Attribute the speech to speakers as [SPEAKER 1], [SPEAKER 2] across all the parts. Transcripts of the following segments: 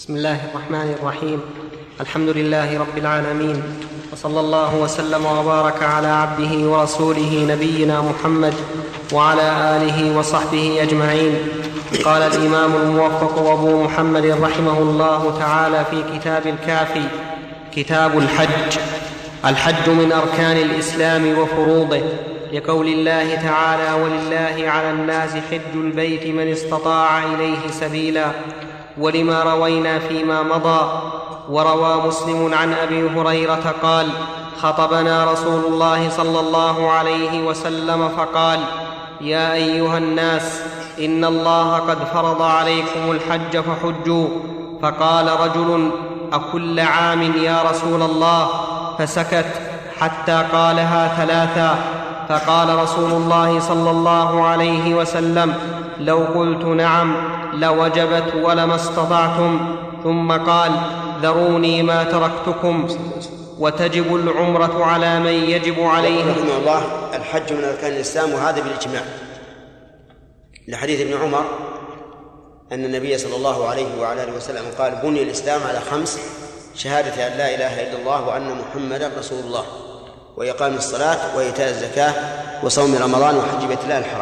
[SPEAKER 1] بسم الله الرحمن الرحيم. الحمد لله رب العالمين، وصلى الله وسلم وبارك على عبده ورسوله نبينا محمد وعلى آله وصحبه أجمعين. قال الإمام الموفق أبو محمد رحمه الله تعالى في كتاب الكافي: كتاب الحج. الحج من أركان الإسلام وفروضه، لقول الله تعالى: ولله على الناس حج البيت من استطاع إليه سبيلا، ولما روينا فيما مضى. وروى مسلم عن أبي هريرة قال: خطبنا رسول الله صلى الله عليه وسلم فقال: يا أيها الناس، إن الله قد فرض عليكم الحج فحجوا. فقال رجل: أكل عام يا رسول الله؟ فسكت حتى قالها ثلاثا. فقال رسول الله صلى الله عليه وسلم: لو قلت نعم لوجبت ولما استطعتم. ثم قال: ذروني ما تركتكم. وتجب العمرة على من يجب عليه.
[SPEAKER 2] رحمه الله: الحج من أركان الإسلام، وهذا بالإجماع، لحديث ابن عمر أن النبي صلى الله عليه وعلى آله وسلم قال: بني الإسلام على 5: شهادة أن لا إله إلا الله وأن محمدا رسول الله، وإقام الصلاة، وإيتاء الزكاة، وصوم رمضان، وحج بيت الله الحرام.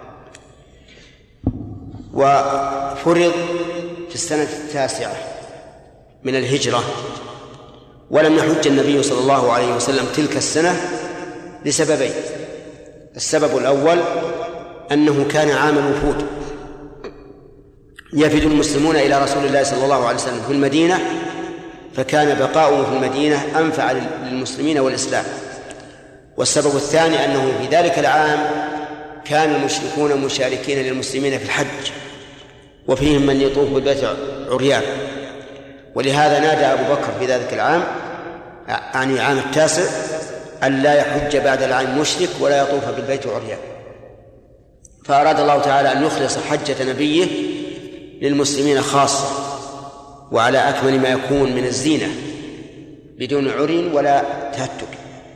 [SPEAKER 2] وفرض في السنة 9 من الهجرة، ولم يحج النبي صلى الله عليه وسلم تلك السنة لسببين: السبب الأول أنه كان عام الوفود، يفد المسلمون إلى رسول الله صلى الله عليه وسلم في المدينة، فكان بقاؤه في المدينة أنفع للمسلمين والإسلام. والسبب الثاني أنه في ذلك العام كان المشركون مشاركين للمسلمين في الحج، وفيهم من يطوف بالبيت عريان، ولهذا نادى أبو بكر في ذلك العام، يعني عام 9، أن لا يحج بعد العام مشرك ولا يطوف بالبيت عريان. فأراد الله تعالى أن يخلص حجة نبيه للمسلمين خاصة، وعلى أكمل ما يكون من الزينة، بدون عري ولا تهتك.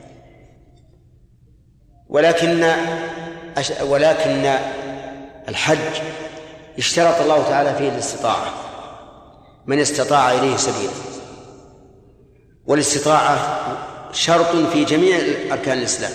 [SPEAKER 2] ولكن الحج اشترط الله تعالى فيه الاستطاعة: من استطاع إليه سبيلا. والاستطاعة شرط في جميع أركان الإسلام،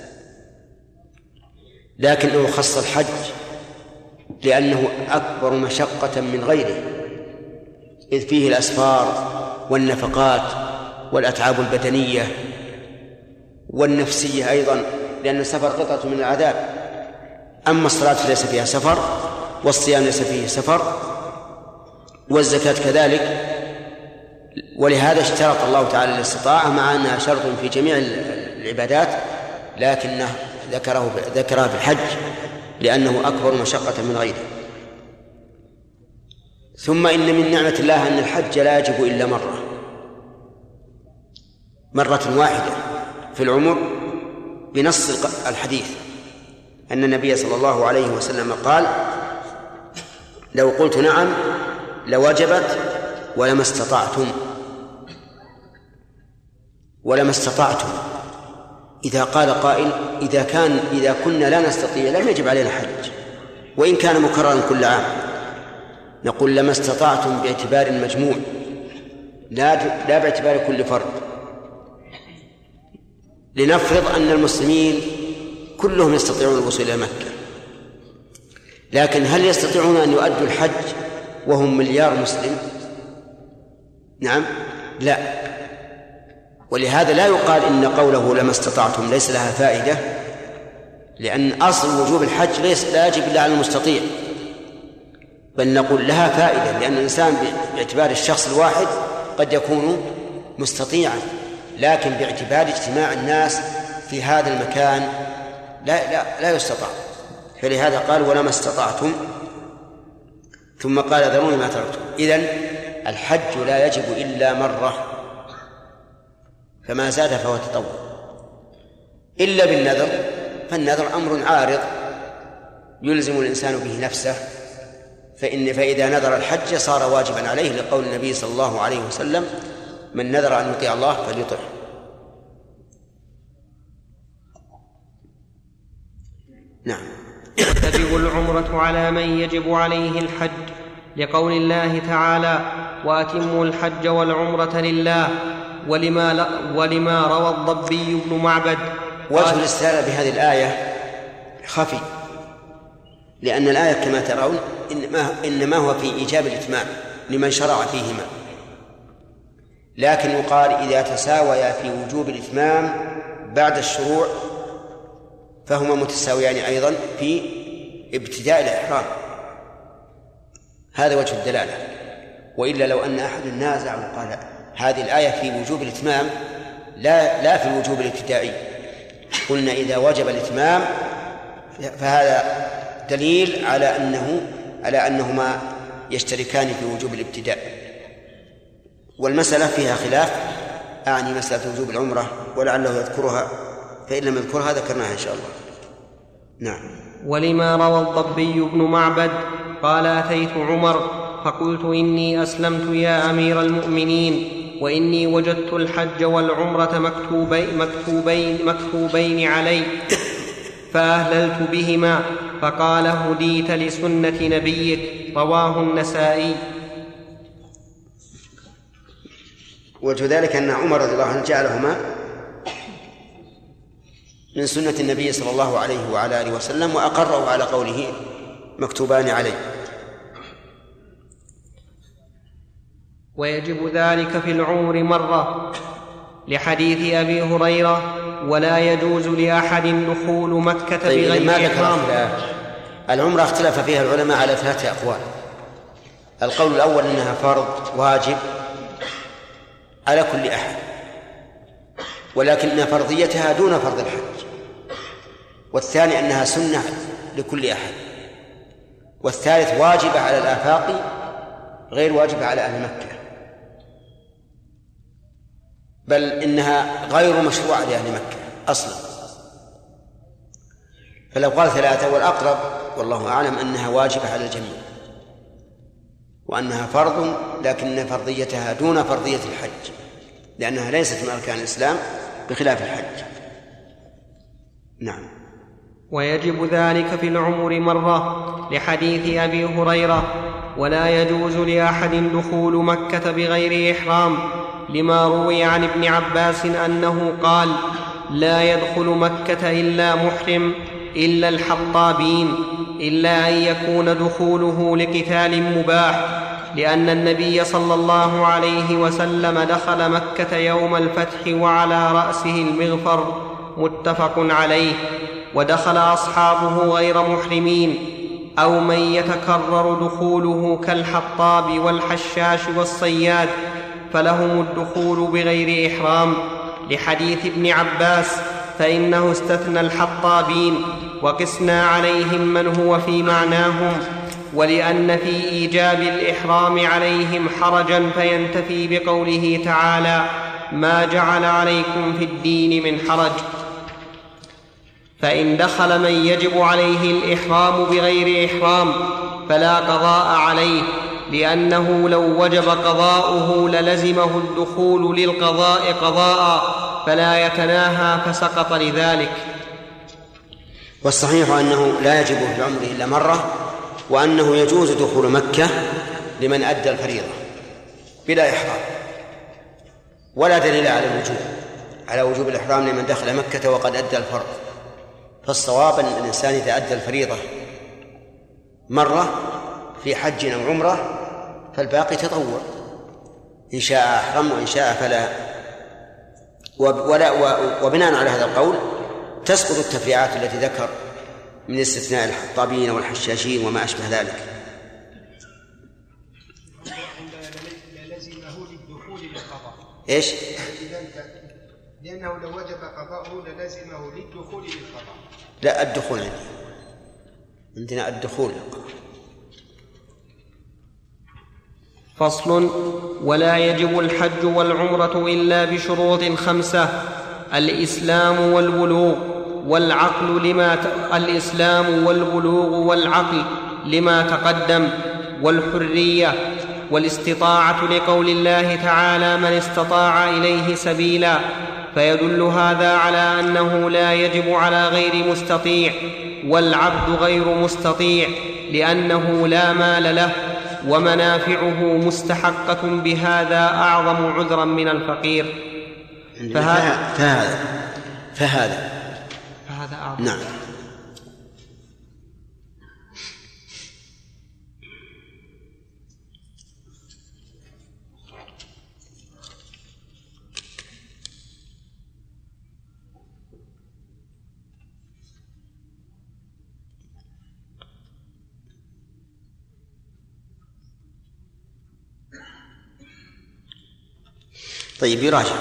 [SPEAKER 2] لكنه خص الحج لأنه أكبر مشقة من غيره، إذ فيه الأسفار والنفقات والأتعاب البدنية والنفسية أيضا، لأن السفر قطعة من العذاب. أما الصلاة فليس فيها سفر، والصيام ليس فيه سفر، والزكاة كذلك. ولهذا اشترط الله تعالى الاستطاعة، مع أنها شرط في جميع العبادات، لكنه ذكرها في الحج لأنه أكبر مشقة من غيره. ثم إن من نعمة الله أن الحج لا يجب إلا مرة واحدة في العمر، بنص الحديث أن النبي صلى الله عليه وسلم قال: لو قلت نعم لوجبت ولما استطعتم. إذا قال قائل: إذا كنا لا نستطيع لم يجب علينا الحج وإن كان مكررا كل عام، نقول: لما استطعتم باعتبار المجموع، لا باعتبار كل فرد. لنفرض أن المسلمين كلهم يستطيعون الوصول إلى مكة، لكن هل يستطيعون أن يؤدوا الحج وهم مليار مسلم؟ نعم، لا. ولهذا لا يقال إن قوله لما استطعتم ليس لها فائدة، لأن أصل وجوب الحج لا يجب إلا على المستطيع، بل نقول لها فائدة، لأن الإنسان باعتبار الشخص الواحد قد يكون مستطيعا، لكن باعتبار اجتماع الناس في هذا المكان لا يستطاع. فلهذا قال: ولما استطعتم. ثم قال: ذروني ما تركتم. إذن الحج لا يجب إلا مرة، فما زاد فهو تطوع، إلا بالنذر، فالنذر أمر عارض يلزم الإنسان به نفسه، فإذا نذر الحج صار واجبا عليه، لقول النبي صلى الله عليه وسلم: من نذر أن يطيع الله فليطعه. نعم.
[SPEAKER 1] تجب العمرة على من يجب عليه الحج، لقول الله تعالى: وأتموا الحج والعمرة لله. ولما روى الضبي بن معبد.
[SPEAKER 2] وجه الاستدلال بهذه الآية خفي، لأن الآية كما ترون إنما هو في إيجاب الإتمام لمن شرع فيهما، لكن يقال إذا تساويا في وجوب الإتمام بعد الشروع فهما متساويان أيضا في ابتداء الإحرام. هذا وجه الدلالة. وإلا لو أن أحد نازع وقال هذه الآية في وجوب الإتمام لا في الوجوب الابتدائي، قلنا إذا وجب الإتمام فهذا دليل على أنهما يشتركان في وجوب الابتداء. والمسألة فيها خلاف، أعني مسألة وجوب العمرة، ولعله يذكرها، فإن لم يذكرها ذكرناها إن شاء الله. نعم.
[SPEAKER 1] ولما روى الضبي بن معبد قال أتيت عمر فقلت إني أسلمت يا أمير المؤمنين، وإني وجدت الحج والعمرة مكتوبين علي فأهللت بهما، فقال هديت لسنة نبيك. رواه النسائي.
[SPEAKER 2] وجه ذلك أن عمر رضي الله عنه جعلهما من سنة النبي صلى الله عليه وعلى آله وسلم، وأقره على قوله مكتوبان عليه.
[SPEAKER 1] ويجب ذلك في العمر مرة، لحديث أبي هريرة ولا يجوز لأحد دخول مكة بغير إحرام.
[SPEAKER 2] العمرة اختلف فيها العلماء على 3 أقوال. القول الأول أنها فرض واجب على كل أحد، ولكن فرضيتها دون فرض الحج. والثاني أنها سنة لكل أحد. والثالث واجبة على الآفاق غير واجبة على أهل مكة، بل إنها غير مشروعة لأهل مكة أصلا. فلو قال 3 والأقرب والله أعلم أنها واجبة على الجميع، وأنها فرض لكن فرضيتها دون فرضية الحج، لأنها ليست من أركان الإسلام بخلاف الحج. نعم.
[SPEAKER 1] ويجب ذلك في العمر مرة، لحديث أبي هريرة ولا يجوز لأحد دخول مكة بغير إحرام، لما روي عن ابن عباس أنه قال لا يدخل مكة إلا محرم إلا الحطابين، إلا أن يكون دخوله لقتال مباح، لأن النبي صلى الله عليه وسلم دخل مكة يوم الفتح وعلى رأسه المغفر، متفق عليه. ودخل أصحابه غير محرمين أو من يتكرر دخوله كالحطاب والحشاش والصياد، فلهم الدخول بغير إحرام، لحديث ابن عباس فإنه استثنى الحطابين وقسنا عليهم من هو في معناهم، ولأن في إيجاب الإحرام عليهم حرجا فينتفي بقوله تعالى ما جعل عليكم في الدين من حرج. فإن دخل من يجب عليه الإحرام بغير إحرام فلا قضاء عليه، لأنه لو وجب قضاؤه للزمه الدخول للقضاء قضاء فلا يتناهى فسقط لذلك.
[SPEAKER 2] والصحيح أنه لا يجب في العمر إلا مرة، وأنه يجوز دخول مكة لمن أدى الفريضة بلا إحرام، ولا دليل على وجوب الإحرام لمن دخل مكة وقد أدى الفرض. فالصواب أن الإنسان إذا أدى الفريضة مرة في حج أو عمرة فالباقي تطوع، إن شاء أحرم وإن شاء فلا. وبناء على هذا القول تسقط التفريعات التي ذكر من استثناء الحطابين والحشاشين وما أشبه ذلك.
[SPEAKER 3] للزمه للدخول للقضاء.
[SPEAKER 2] إيش؟
[SPEAKER 3] لأنه لو وجب قضاءه للزمه للدخول للقضاء.
[SPEAKER 2] لا، الدخول عندنا الدخول.
[SPEAKER 1] فصل. ولا يجب الحج والعمرة إلا بشروط 5: الإسلام والبلوغ والعقل لما تقدم، والحرية، والاستطاعة لقول الله تعالى من استطاع إليه سبيلا، فيدل هذا على أنه لا يجب على غير مستطيع، والعبد غير مستطيع لأنه لا مال له، ومنافعه مستحقة بهذا أعظم عذرا من الفقير.
[SPEAKER 2] فهذا
[SPEAKER 1] أعظم.
[SPEAKER 2] نعم. طيب يراجع.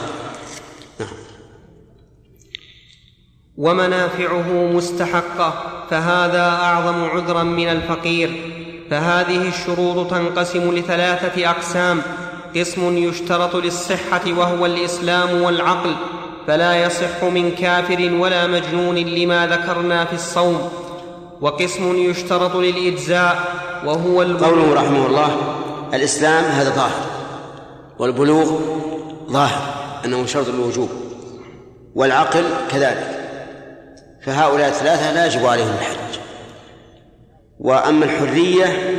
[SPEAKER 1] ومنافعه مستحقة فهذا أعظم عذرا من الفقير. فهذه الشروط تنقسم لثلاثة أقسام: قسم يشترط للصحة وهو الإسلام والعقل، فلا يصح من كافر ولا مجنون لما ذكرنا في الصوم. وقسم يشترط للإجزاء وهو
[SPEAKER 2] قوله رحمه الله الإسلام هذا ظاهر، والبلوغ ظاهر أنه شرط الوجوب، والعقل كذلك، فهؤلاء الثلاثة لا يجب عليهم الحج. وأما الحرية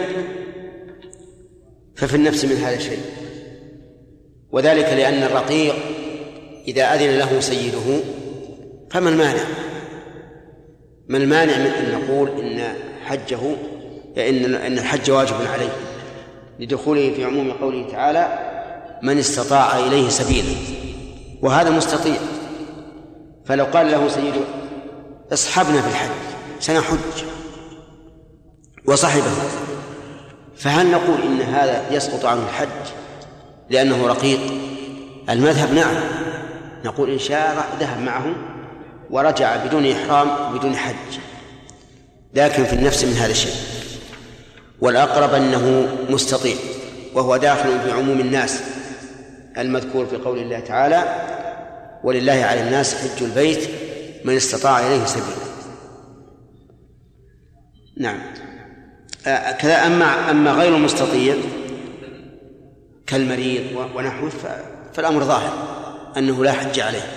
[SPEAKER 2] ففي النفس من هذا الشيء، وذلك لأن الرقيق إذا أذن له سيده فما المانع؟ ما المانع من أن نقول إن الحج واجب عليه لدخوله في عموم قوله تعالى من استطاع إليه سبيلا، وهذا مستطيع. فلو قال له سيده اصحبنا في الحج سنحج وصحبه، فهل نقول إن هذا يسقط عنه الحج لأنه رقيق؟ المذهب نعم، نقول إن شاء ذهب معه ورجع بدون إحرام وبدون حج، لكن في النفس من هذا الشيء. والأقرب أنه مستطيع، وهو داخل في عموم الناس المذكور في قول الله تعالى ولله على الناس حج البيت من استطاع إليه سبيلا. نعم. كذا. أما غير المستطيع كالمريض ونحوه فالأمر ظاهر أنه لا حج عليه.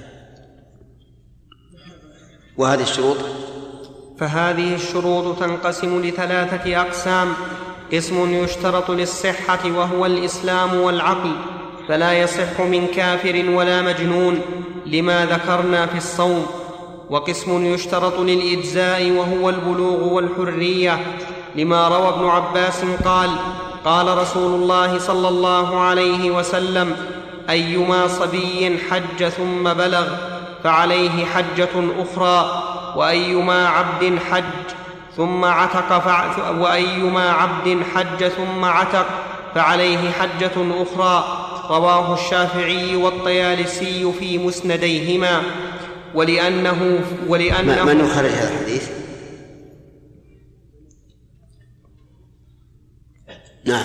[SPEAKER 2] وهذه الشروط
[SPEAKER 1] فهذه الشروط تنقسم لثلاثة أقسام: قسم يشترط للصحة وهو الإسلام والعقل، فلا يصح من كافر ولا مجنون لما ذكرنا في الصوم. وقسم يشترط للإجزاء وهو البلوغ والحرية، لما روى ابن عباس قال: قال رسول الله صلى الله عليه وسلم: أيما صبي حج ثم بلغ فعليه حجة أخرى، وأيما عبد حج ثم عتق فعليه حجة أخرى. رواه الشافعي والطيالسي في مسنديهما. ولأنه
[SPEAKER 2] من خرج هذا الحديث؟ نعم.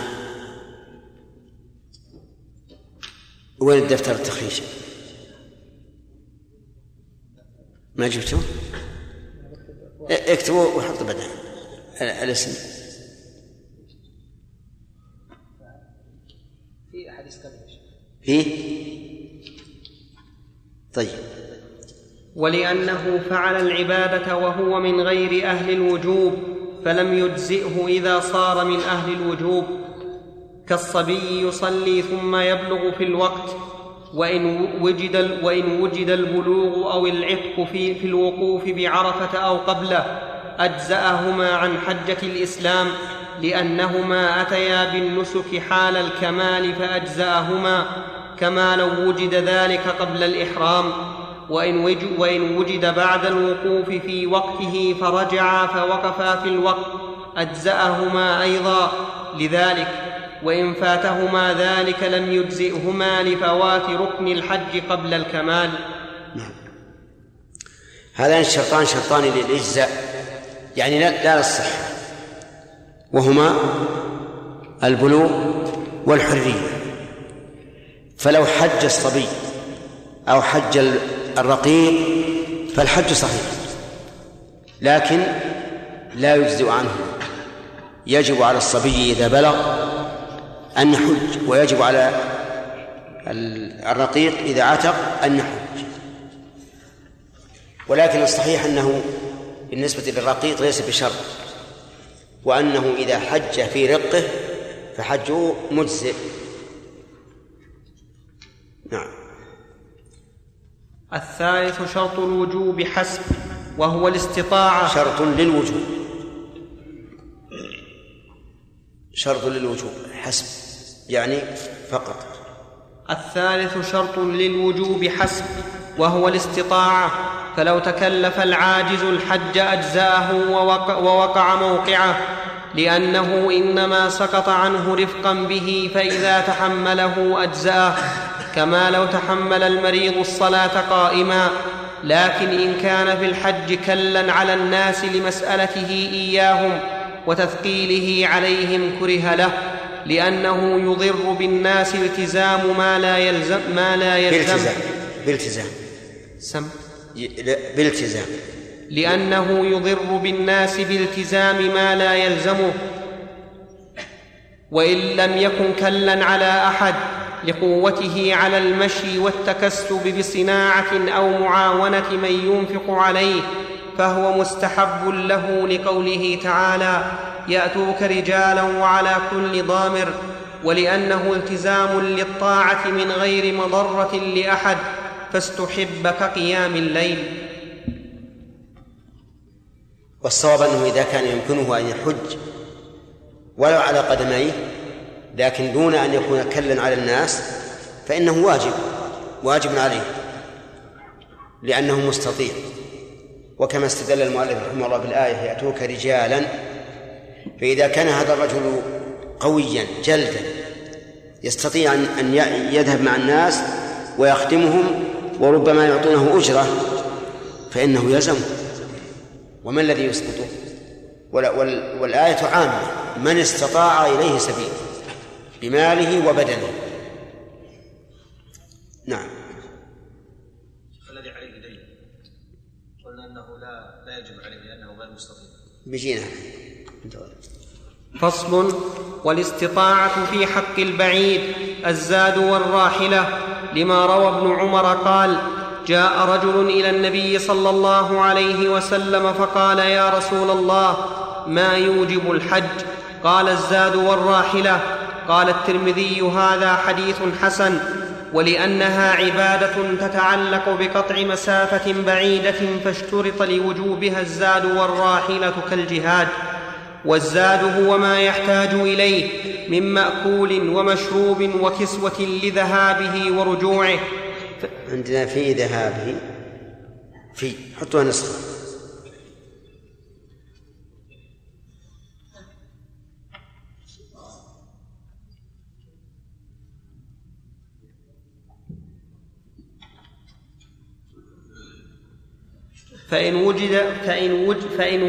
[SPEAKER 2] وين الدفتر التخريج؟ ما جبته؟ اكتبوا وحط بدل الاسم.
[SPEAKER 1] في أحاديث كذا
[SPEAKER 2] فيه. طيب.
[SPEAKER 1] ولأنه فعل العبادة وهو من غير أهل الوجوب فلم يجزئه إذا صار من أهل الوجوب، كالصبي يصلي ثم يبلغ في الوقت، وإن وجد البلوغ أو العتق في الوقوف بعرفة أو قبله أجزأهما عن حجة الإسلام، لأنهما أتيا بالنسك حال الكمال فأجزأهما، كما لو وجد ذلك قبل الإحرام. وإن وجد بعد الوقوف في وقته فرجعا فوقفا في الوقت أجزأهما أيضا لذلك، وإن فاتهما ذلك لم يجزئهما لفوات ركن الحج قبل الكمال.
[SPEAKER 2] هذان الشرطان شرطان للإجزاء، يعني لا للصحة، وهما البلوغ والحرية. فلو حج الصبي أو حج الرقيق فالحج صحيح، لكن لا يجزئ عنه. يجب على الصبي إذا بلغ أن يحج، ويجب على الرقيق إذا عتق أن يحج. ولكن الصحيح أنه بالنسبة للرقيق ليس بشرط، وأنه إذا حج في رقه فحجه مجزئ. نعم.
[SPEAKER 1] الثالث شرط الوجوب حسب، وهو الاستطاعة.
[SPEAKER 2] شرط للوجوب، شرط للوجوب حسب يعني فقط.
[SPEAKER 1] الثالث شرط للوجوب حسب، وهو الاستطاعة، فلو تكلف العاجز الحج أجزأه ووقع موقعه، لأنه إنما سقط عنه رفقا به، فإذا تحمله أجزأه، كما لو تحمل المريض الصلاة قائما. لكن إن كان في الحج كلا على الناس لمسألته إياهم وتثقيله عليهم كره له، لأنه يضر بالناس التزام ما لا يلزم
[SPEAKER 2] بالتزام
[SPEAKER 1] لأنه يضر بالناس بالتزام ما لا يلزمه، وإن لم يكن كلا على أحد لقوته على المشي والتكسب بصناعة أو معاونة من ينفق عليه، فهو مستحب له، لقوله تعالى: يأتوك رجالا وعلى كل ضامر، ولأنه التزام للطاعة من غير مضرة لأحد، فاستحب كقيام الليل.
[SPEAKER 2] والصواب أنه إذا كان يمكنه أن يحج ولو على قدميه لكن دون أن يكون كلا على الناس فإنه واجب عليه لأنه مستطيع. وكما استدل المؤلف رحمه الله بالآية: يأتوك رجالا، فإذا كان هذا الرجل قويا جلدا يستطيع أن يذهب مع الناس ويخدمهم وربما يعطونه أجرة فإنه يلزمه. وما الذي يسقطه؟ والآية عامة: من استطاع إليه سبيل بماله وبدنه. نعم.
[SPEAKER 4] الذي عليه دين قلنا أنه لا يجب عليه لأنه غير مستطيع.
[SPEAKER 2] بجينا.
[SPEAKER 1] فصل: والاستطاعة في حق البعيد الزاد والراحلة، لما روى ابن عمر قال: جاء رجل إلى النبي صلى الله عليه وسلم فقال: يا رسول الله، ما يوجب الحج؟ قال: الزاد والراحلة. قال الترمذي: هذا حديث حسن. ولأنها عبادة تتعلق بقطع مسافة بعيدة فاشترط لوجوبها الزاد والراحلة كالجهاد. والزاد هو ما يحتاج إليه من مأكول ومشروب وكسوة لذهابه ورجوعه.
[SPEAKER 2] عندنا في ذهابه في حطوها نسخة.
[SPEAKER 1] فإن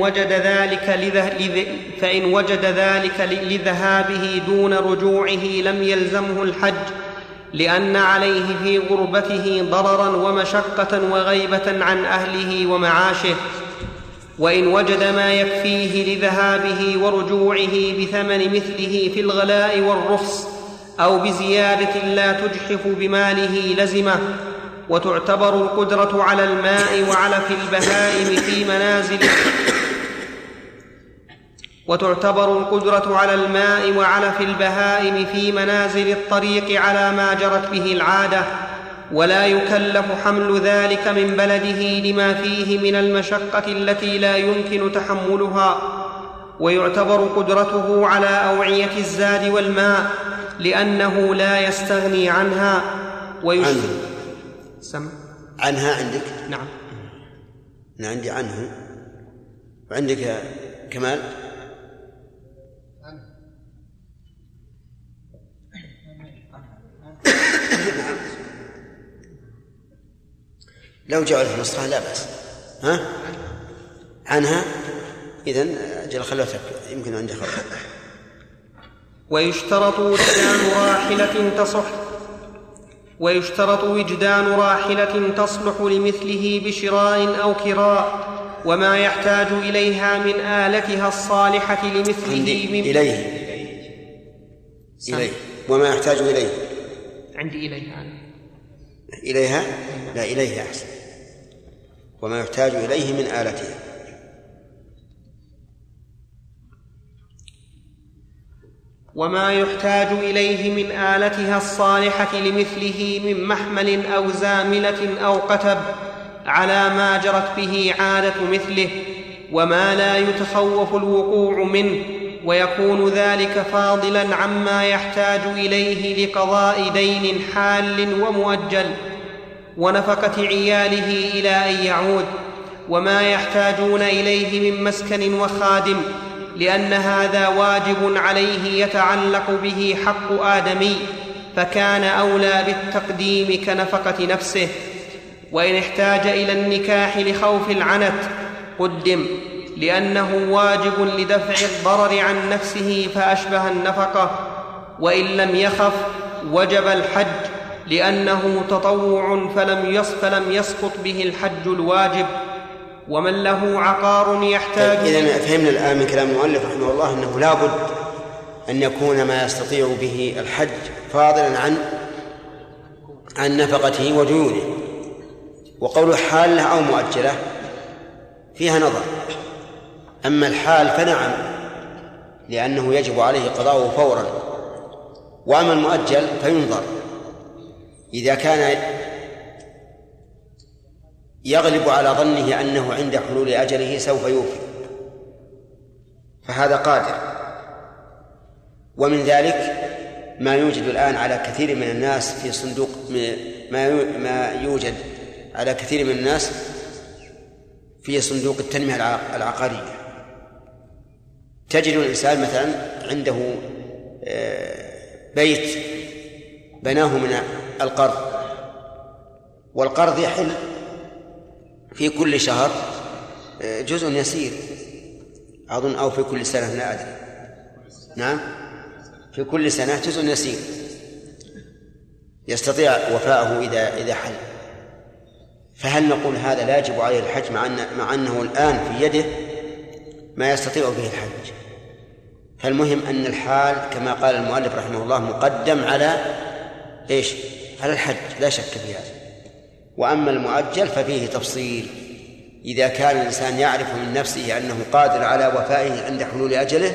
[SPEAKER 1] وجد ذلك لذهابه دون رجوعه لم يلزمه الحج، لأن عليه في غربته ضررا ومشقة وغيبة عن أهله ومعاشه. وإن وجد ما يكفيه لذهابه ورجوعه بثمن مثله في الغلاء والرخص أو بزيادة لا تجحف بماله لزمه. وتعتبر القدرة على الماء وعلف البهائم في منازل الطريق على ما جرت به العادة، ولا يكلف حمل ذلك من بلده لما فيه من المشقة التي لا يمكن تحملها. ويعتبر قدرته على أوعية الزاد والماء لأنه لا يستغني عنها.
[SPEAKER 2] عنها عندك؟
[SPEAKER 1] نعم.
[SPEAKER 2] أنا عندي عنه. وعندك كمال؟ لو جعل في نصها لا بأس. عنها. إذن أجل خلوتك يمكن عندي خلوتك.
[SPEAKER 1] ويشترط وجدان راحلة تصلح لمثله بشراء أو كراء، وما يحتاج إليها من آلتها الصالحة لمثله من
[SPEAKER 2] إليه وما يحتاج إليه.
[SPEAKER 1] عندي إليها أنا.
[SPEAKER 2] إليها؟ لا، إليها أحسن. وما يحتاج إليه من آلتها.
[SPEAKER 1] وما يحتاج إليه من آلتها الصالحة لمثله من محمل أو زاملة أو قتب على ما جرت به عادة مثله، وما لا يتخوف الوقوع منه، ويكون ذلك فاضلا عما يحتاج إليه لقضاء دين حال ومؤجل ونفقة عياله إلى أن يعود، وما يحتاجون إليه من مسكن وخادم، لأن هذا واجب عليه يتعلق به حق آدمي، فكان أولى بالتقديم كنفقة نفسه. وإن احتاج إلى النكاح لخوف العنت قدم، لأنه واجب لدفع الضرر عن نفسه فأشبه النفقة. وإن لم يخف وجب الحج، لأنه تطوع فلم يسقط به الحج الواجب. ومن له عقار يحتاج.
[SPEAKER 2] إذن فهمنا الآن من كلام المؤلف رحمه الله أنه لا بد أن يكون ما يستطيع به الحج فاضلا عن نفقته وديونه. وقول حالة أو مؤجلة فيها نظر. أما الحال فنعم، لأنه يجب عليه قضاؤه فورا. وأما المؤجل فينظر، إذا كان يغلب على ظنه أنه عند حلول أجله سوف يوفي فهذا قادر. ومن ذلك ما يوجد الآن على كثير من الناس في صندوق، ما يوجد على كثير من الناس في صندوق التنمية العقارية. تجد الإنسان مثلا عنده بيت بناه من القرض، والقرض يحل في كل شهر جزء يسير أظن، أو في كل سنة لا أدري. نعم، في كل سنة جزء يسير يستطيع وفاءه إذا حل. فهل نقول هذا لا يجب عليه الحج مع أنه الآن في يده ما يستطيع به الحج؟ فالمهم أن الحال كما قال المؤلف رحمه الله مقدم على إيش؟ على الحج، لا شك في هذا. وأما المؤجل ففيه تفصيل. إذا كان الإنسان يعرف من نفسه أنه قادر على وفائه عند حلول أجله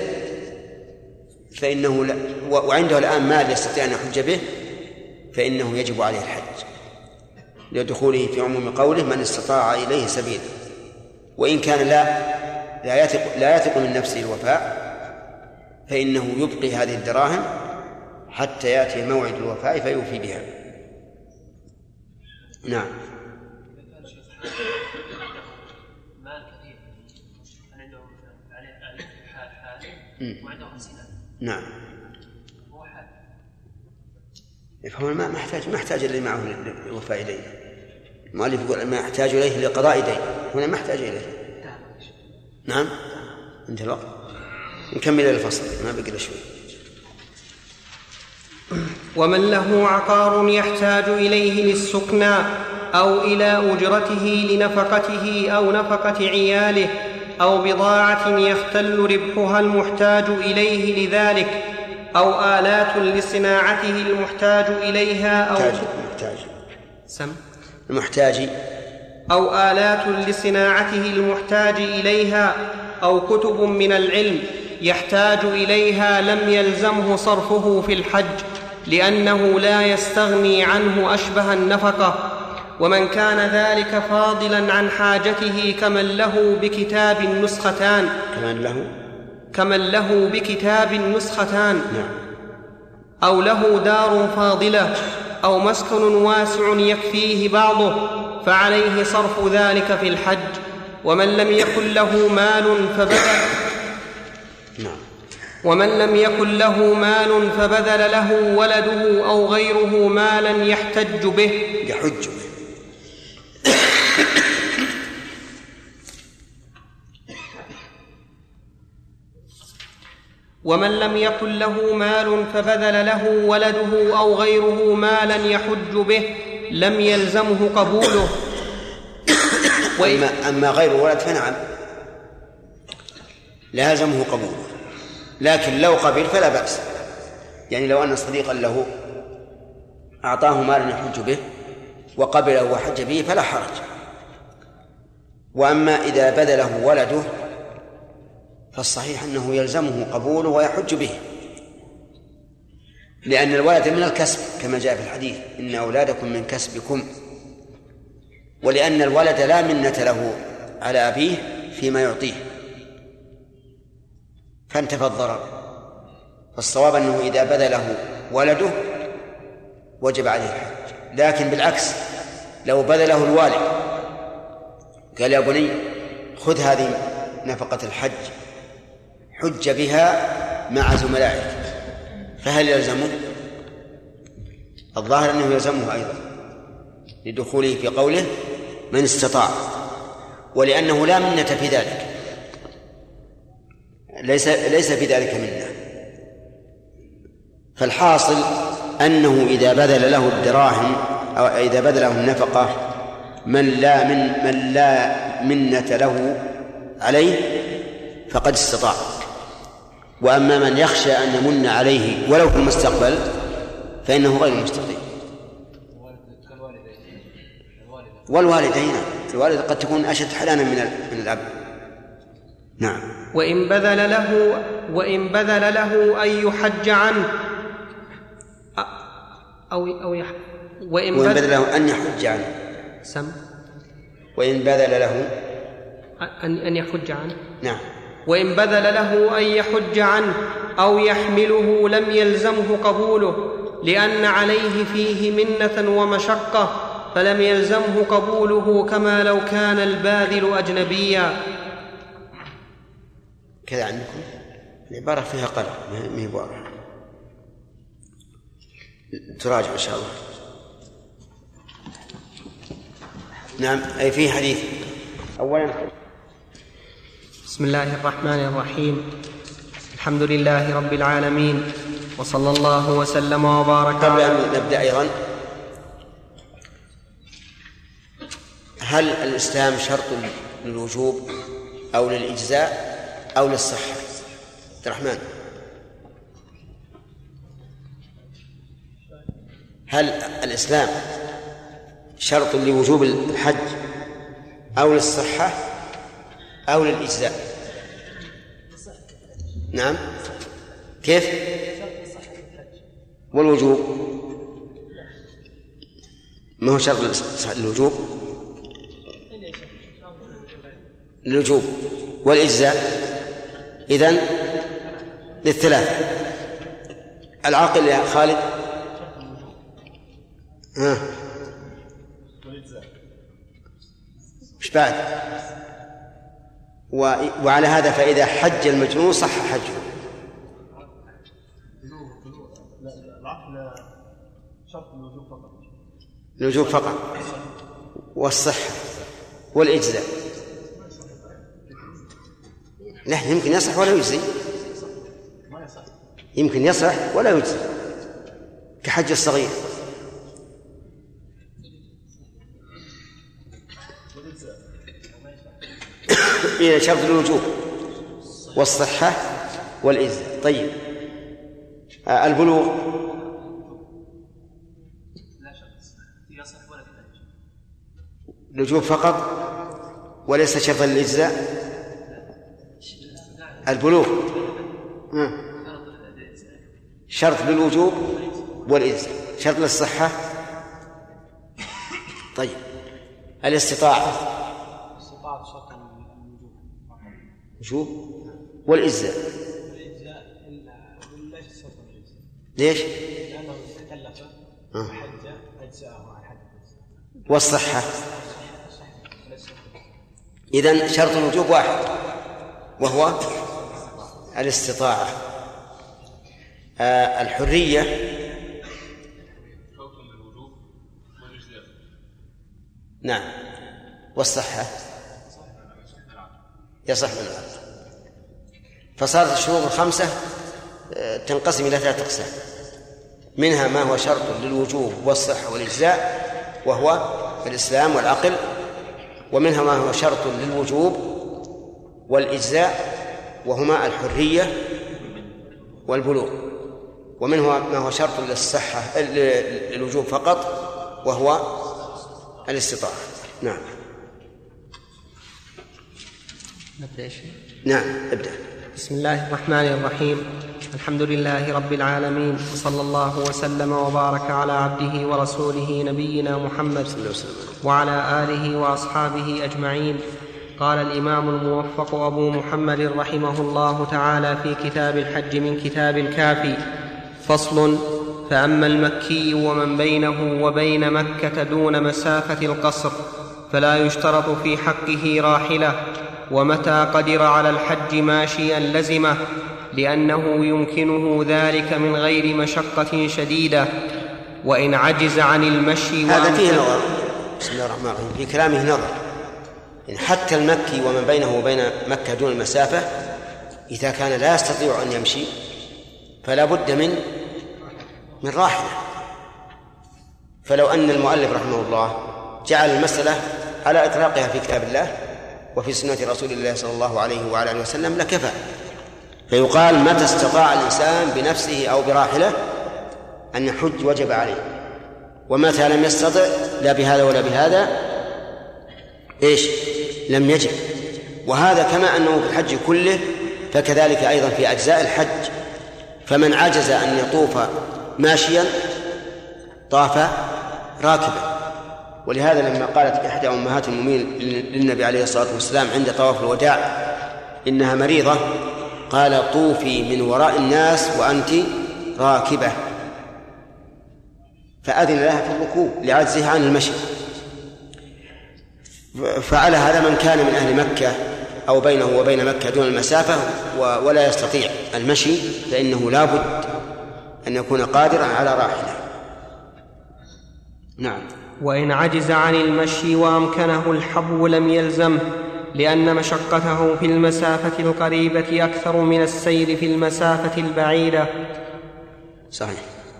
[SPEAKER 2] فإنه وعنده الآن مال يستطيع أن يحج به فإنه يجب عليه الحج لدخوله في عموم قوله من استطاع إليه سبيلا. وإن كان لا يثق من نفسه الوفاء فإنه يبقي هذه الدراهم حتى يأتي موعد الوفاء فيوفي بها. نعم.
[SPEAKER 5] مال كثير عنده عليه حال وعنده 50,000.
[SPEAKER 2] نعم.
[SPEAKER 5] هو حال.
[SPEAKER 2] فهو ما محتاج اللي معه الوفاء إليه. المؤلف يقول ما يحتاج إليه لقضاء دين، هنا ما يحتاج إليه. نعم. انتهى الوقت، نكمل الفصل ما بقي شوي.
[SPEAKER 1] ومن له عقار يحتاج إليه للسكنى أو إلى أجرته لنفقته أو نفقة عياله أو بضاعة يختل ربحها المحتاج إليه لذلك أو آلات لصناعته المحتاج إليها أو آلات لصناعته المحتاج إليها أو كتب من العلم يحتاج إليها لم يلزمه صرفه في الحج، لأنه لا يستغني عنه أشبه النفقة. ومن كان ذلك فاضلا عن حاجته كمن له بكتاب نسختان أو له دار فاضلة أو مسكن واسع يكفيه بعضه فعليه صرف ذلك في الحج. ومن لم يكن له فبذل له ولده أو غيره مالا يحتج به ومن لم يكن له مال فبذل له ولده أو غيره مالا يحج به لم يلزمه قبوله.
[SPEAKER 2] أما غير ولد فنعم لا يلزمه قبوله، لكن لو قبل فلا بأس. يعني لو أن صديقا له أعطاه مالا يحج به وقبله وحج به فلا حرج. وأما إذا بذله ولده فالصحيح أنه يلزمه قبوله ويحج به، لأن الولد من الكسب كما جاء في الحديث إن أولادكم من كسبكم، ولأن الولد لا منة له على أبيه فيما يعطيه فانتفى الضرر. فالصواب أنه إذا بذله ولده وجب عليه الحج. لكن بالعكس لو بذله الوالد قال يا بني خذ هذه نفقة الحج حج بها مع زملائك، فهل يلزمه؟ الظاهر أنه يلزمه أيضا لدخوله في قوله من استطاع، ولأنه لا منة في ذلك، ليس في ذلك منة. فالحاصل أنه إذا بذل له الدراهم أو إذا بذل له النفقة من لا منة له عليه فقد استطاع. وأما من يخشى أن يمن عليه ولو في المستقبل فإنه غير مستطيع. والوالدين الوالد قد تكون أشد حلانا من الأب. نعم.
[SPEAKER 1] وإن بذل له أن يحج عنه وإن بذل له أن يحج عنه
[SPEAKER 2] وإن بذل له
[SPEAKER 1] أن يحج عنه.
[SPEAKER 2] نعم.
[SPEAKER 1] وإن بذل له أن يحج عنه أو يحمله لم يلزمه قبوله، لأن عليه فيه منة ومشقة، فلم يلزمه قبوله كما لو كان الباذل أجنبيا.
[SPEAKER 2] كذا عندكم العبارة فيها قلق ما واضحة، تراجع إن شاء الله. نعم. أي فيه حديث. أولا
[SPEAKER 1] بسم الله الرحمن الرحيم، الحمد لله رب العالمين، وصلى الله وسلم وبارك.
[SPEAKER 2] قبل أن نبدأ أيضا، هل الإسلام شرط للوجوب أو للإجزاء أو للصحة؟ عبد الرحمن، هل الإسلام شرط لوجوب الحج أو للصحة أو للإجزاء؟ نعم. كيف؟ والوجوب ما هو شرط للوجوب؟ للوجوب والإجزاء إذن للثلاث. العاقل يا خالد. مش بعد؟ وعلى هذا فإذا حج المجنون صح حجه. الوجوب فقط والصحة والإجزاء. لا، يمكن يصح ولا يجزي، يمكن يصح ولا يجزي كحج الصغير. إلى شرط الوجوب والصحة والإجزاء. طيب، البلوغ الوجوب فقط وليس شرطا للإجزاء. البلوغ شرط للوجوب والإجزاء، شرط للصحة. طيب، الاستطاعة وجوب والإجزاء. ليش؟
[SPEAKER 5] لأنه تكلف حج أجزاءه عن حد.
[SPEAKER 2] والصحة إذن شرط الوجوب واحد وهو الاستطاعة. الحرية نعم، والصحة يصح من العقل. فصارت الشروط الخمسة تنقسم إلى 3 أقسام، منها ما هو شرط للوجوب والصحة والإجزاء وهو الإسلام والعقل، ومنها ما هو شرط للوجوب والإجزاء وهما الحرية والبلوغ، ومنها ما هو شرط للصحة للوجوب فقط وهو الاستطاعة. نعم.
[SPEAKER 1] نبدأ.
[SPEAKER 2] نعم، ابدأ.
[SPEAKER 1] بسم الله الرحمن الرحيم، الحمد لله رب العالمين، وصلى الله وسلم وبارك على عبده ورسوله نبينا محمد وعلى آله وأصحابه أجمعين. قال الإمام الموفق أبو محمد رحمه الله تعالى في كتاب الحج من كتاب الكافي: فصل: فأما المكي ومن بينه وبين مكة دون مسافة القصر فلا يشترط في حقه راحلة، ومتى قدر على الحج ماشيا لزمه، لأنه يمكنه ذلك من غير مشقة شديدة. وإن عجز عن المشي
[SPEAKER 2] هذا فيه نظر. بسم الله الرحمن الرحيم. في كلامه نظر، إن حتى المكي ومن بينه وبين مكة دون المسافة إذا كان لا يستطيع أن يمشي فلا بد من راحلة. فلو أن المؤلف رحمه الله جعل المسألة على إطلاقها في كتاب الله وفي سنة رسول الله صلى الله عليه وعلى آله وسلم لكفى. فيقال متى استطاع الإنسان بنفسه أو براحلة أن يحج وجب عليه، ومتى لم يستطع لا بهذا ولا بهذا لم يجب. وهذا كما أنه في الحج كله فكذلك أيضا في أجزاء الحج. فمن عجز أن يطوف ماشيا طاف راكبا. ولهذا لما قالت إحدى أمهات المؤمنين للنبي عليه الصلاة والسلام عند طواف الوداع إنها مريضة، قال: طوفي من وراء الناس وأنت راكبة. فأذن لها في الركوب لعجزها عن المشي. فعلى هذا من كان من أهل مكة أو بينه وبين مكة دون المسافة ولا يستطيع المشي فإنه لا بد أن يكون قادرا على راحلة. نعم.
[SPEAKER 1] وإن عجز عن المشي وأمكنه الحبو لم يلزمه، لأن مشقته في المسافة القريبة أكثر من السير في المسافة البعيدة.
[SPEAKER 2] صحيح.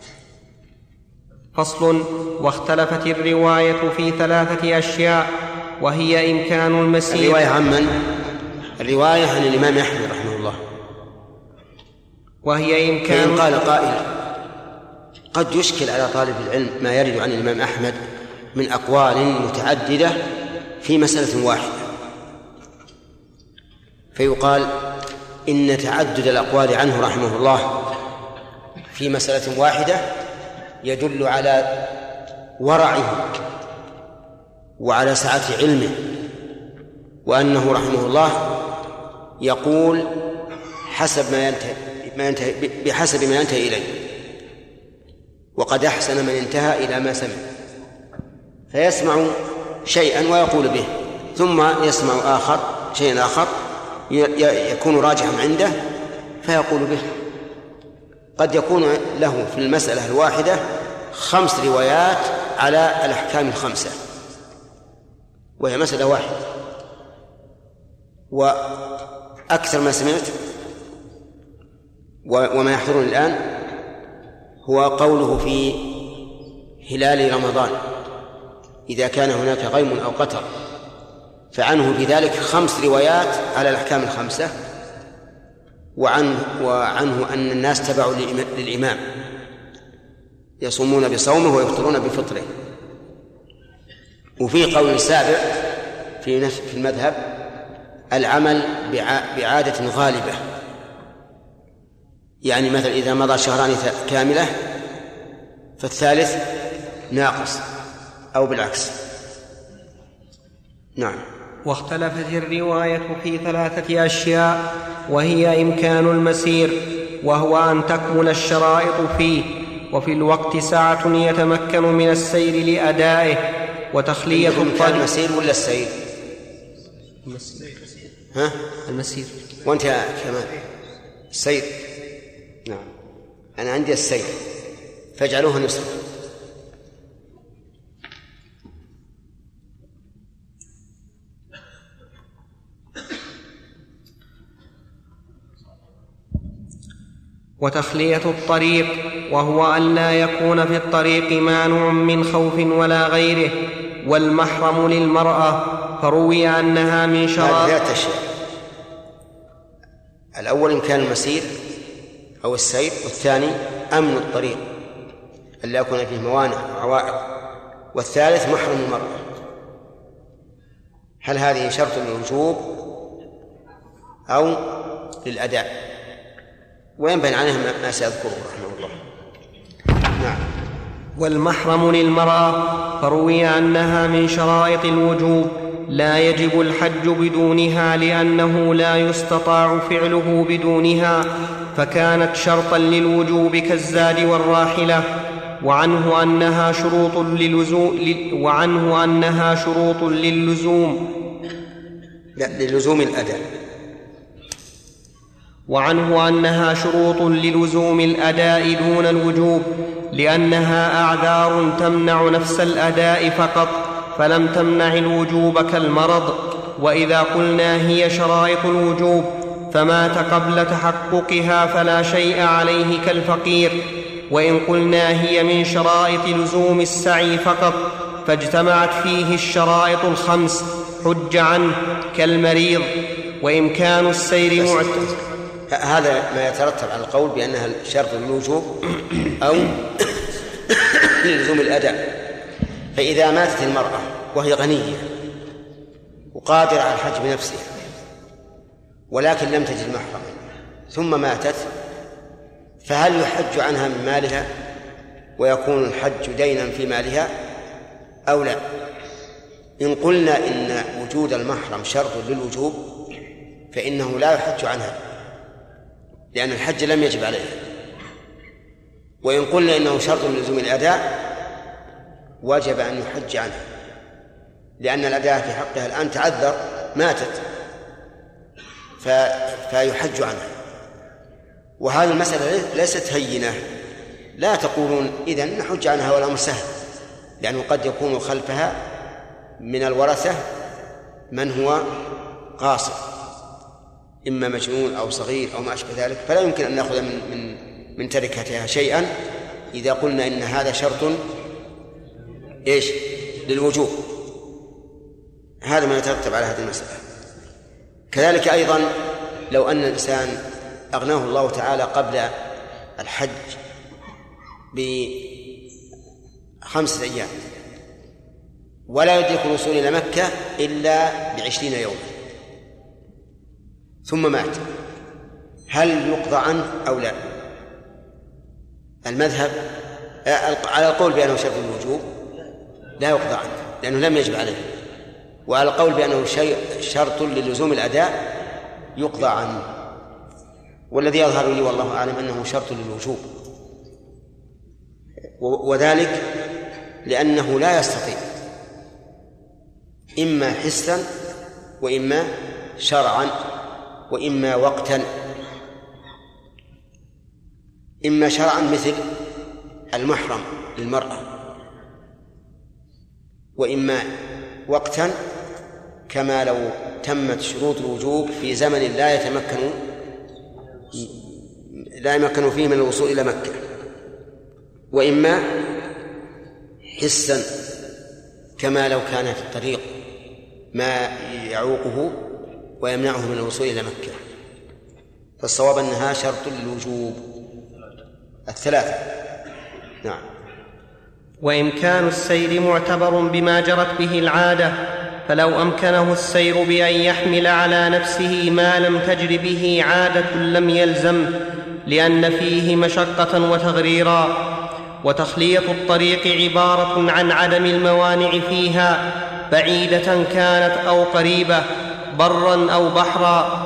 [SPEAKER 1] فصل: واختلفت الرواية في 3 أشياء، وهي إمكان المسير.
[SPEAKER 2] الرواية عن من؟ الرواية عن الإمام أحمد رحمه الله.
[SPEAKER 1] وهي إمكان.
[SPEAKER 2] فإن قال قائل قد يشكل على طالب العلم ما يرد عن الإمام أحمد من أقوال متعددة في مسألة واحدة، فيقال إن تعدد الأقوال عنه رحمه الله في مسألة واحدة يدل على ورعه وعلى سعة علمه، وأنه رحمه الله يقول حسب بحسب ما ينتهي إليه، وقد أحسن من انتهى إلى ما سمع. فيسمع شيئا ويقول به، ثم يسمع شيئا آخر يكون راجحا عنده فيقول به. قد يكون له في المسألة الواحدة 5 روايات على الأحكام 5، وهي مسألة واحدة. وأكثر ما سمعت وما يحضرني الآن هو قوله في هلال رمضان إذا كان هناك غيم أو قتر، فعنه بذلك 5 روايات على الأحكام 5، وعنه أن الناس تبعوا للإمام يصومون بصومه ويفطرون بفطره. وفي قول سابع في المذهب العمل بعادة غالبة، يعني مثل إذا مضى 2 كاملة فالثالث ناقص أو بالعكس. نعم.
[SPEAKER 1] واختلفت الرواية في 3 أشياء، وهي إمكان المسير، وهو أن تكمل الشرائط فيه، وفي الوقت ساعة يتمكن من السير لأدائه، وتخلية الطريق.
[SPEAKER 2] المسير ولا السير؟
[SPEAKER 1] المسير.
[SPEAKER 2] وأنت كمان السير. نعم. أنا عندي السير فاجعلوها نصف.
[SPEAKER 1] وتخلية الطريق، وهو أن لا يكون في الطريق مانع من خوف ولا غيره، والمحرم للمرأة، فروي أنها من شرائط.
[SPEAKER 2] 3 أشياء: الأول إمكان المسير أو السير، والثاني أمن الطريق ألا يكون فيه موانع وعوائق، والثالث محرم المرأة. هل هذه شرط للوجوب أو للأداء؟ وينبني عليها ما سيذكره رحمه الله. نعم.
[SPEAKER 1] والمحرم للمرأة فروي أنها من شرائط الوجوب لا يجب الحج بدونها لأنه لا يستطاع فعله بدونها، فكانت شرطا للوجوب كالزاد والراحلة. وعنه أنها شروط للزوم الأداء دون الوجوب، لأنها أعذار تمنع نفس الأداء فقط، فلم تمنع الوجوب كالمرض. وإذا قلنا هي شرائط الوجوب فمات قبل تحققها فلا شيء عليه كالفقير. وإن قلنا هي من شرائط لزوم السعي فقط فاجتمعت فيه الشرائط الخمس حج عنه كالمريض. وإمكان السير
[SPEAKER 2] هذا ما يترتب على القول بأنها شرط للوجوب أو لزوم الأداء. فإذا ماتت المرأة وهي غنية وقادرة على الحج بنفسها ولكن لم تجد محرما ثم ماتت، فهل يحج عنها من مالها ويكون الحج دينا في مالها أو لا؟ إن قلنا إن وجود المحرم شرط للوجوب فإنه لا يحج عنها لأن الحج لم يجب عليها. وإن قلنا إنه شرط لزوم الأداء وجب أن يحج عنها لأن الأداء في حقها الآن تعذر، ماتت، فيحج عنها. وهذه المسألة ليست هينة، لا تقولون إذن نحج عنها والأمر سهل، لأنه قد يكون خلفها من الورثة من هو قاصر إما مجنون أو صغير أو ما أشبه ذلك، فلا يمكن أن نأخذ من تركتها شيئا إذا قلنا إن هذا شرط للوجوب. هذا ما يترتب على هذه المسألة. كذلك أيضا لو أن الإنسان أغناه الله تعالى قبل الحج ب5 أيام ولا يدرك الوصول إلى مكة إلا ب20 يوما ثم مات، هل يقضى عنه أو لا؟ المذهب على القول بأنه شرط الوجوب لا يقضى عنه لأنه لم يجب عليه، وعلى القول بأنه شرط للزوم الأداء يقضى عنه. والذي يظهر لي والله أعلم أنه شرط للوجوب، وذلك لأنه لا يستطيع إما حسا وإما شرعا وإما وقتا. إما شرعا مثل المحرم للمرأة، وإما وقتا كما لو تمت شروط الوجوب في زمن لا يمكن فيه من الوصول إلى مكة، وإما حسا كما لو كان في الطريق ما يعوقه ويمنعه من الوصول إلى مكة. فالصواب أنها شرط للوجوب الثلاثة. نعم.
[SPEAKER 1] وإمكان السير معتبر بما جرت به العادة، فلو أمكنه السير بأن يحمل على نفسه ما لم تجر به عادة لم يلزم، لأن فيه مشقة وتغريرا. وتخلية الطريق عبارة عن عدم الموانع فيها بعيدة كانت أو قريبة، برا أو بحرا،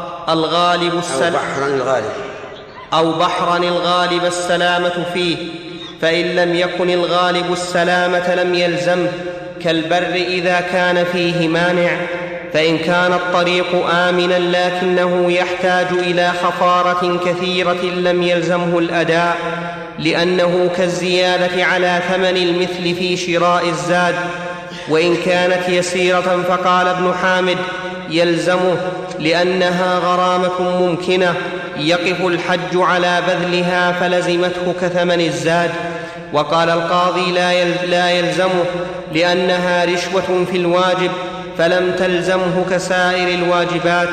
[SPEAKER 1] بحرا الغالب السلامة فيه، فإن لم يكن الغالب السلامة لم يلزم، كالبر إذا كان فيه مانع. فإن كان الطريق آمنا لكنه يحتاج إلى خفارة كثيرة لم يلزمه الأداء، لأنه كالزيادة على ثمن المثل في شراء الزاد. وإن كانت يسيرة فقال ابن حامد يلزمه لأنها غرامة ممكنة يقف الحج على بذلها فلزمته كثمن الزاد. وقال القاضي لا يلزمه لأنها رشوة في الواجب فلم تلزمه كسائر الواجبات.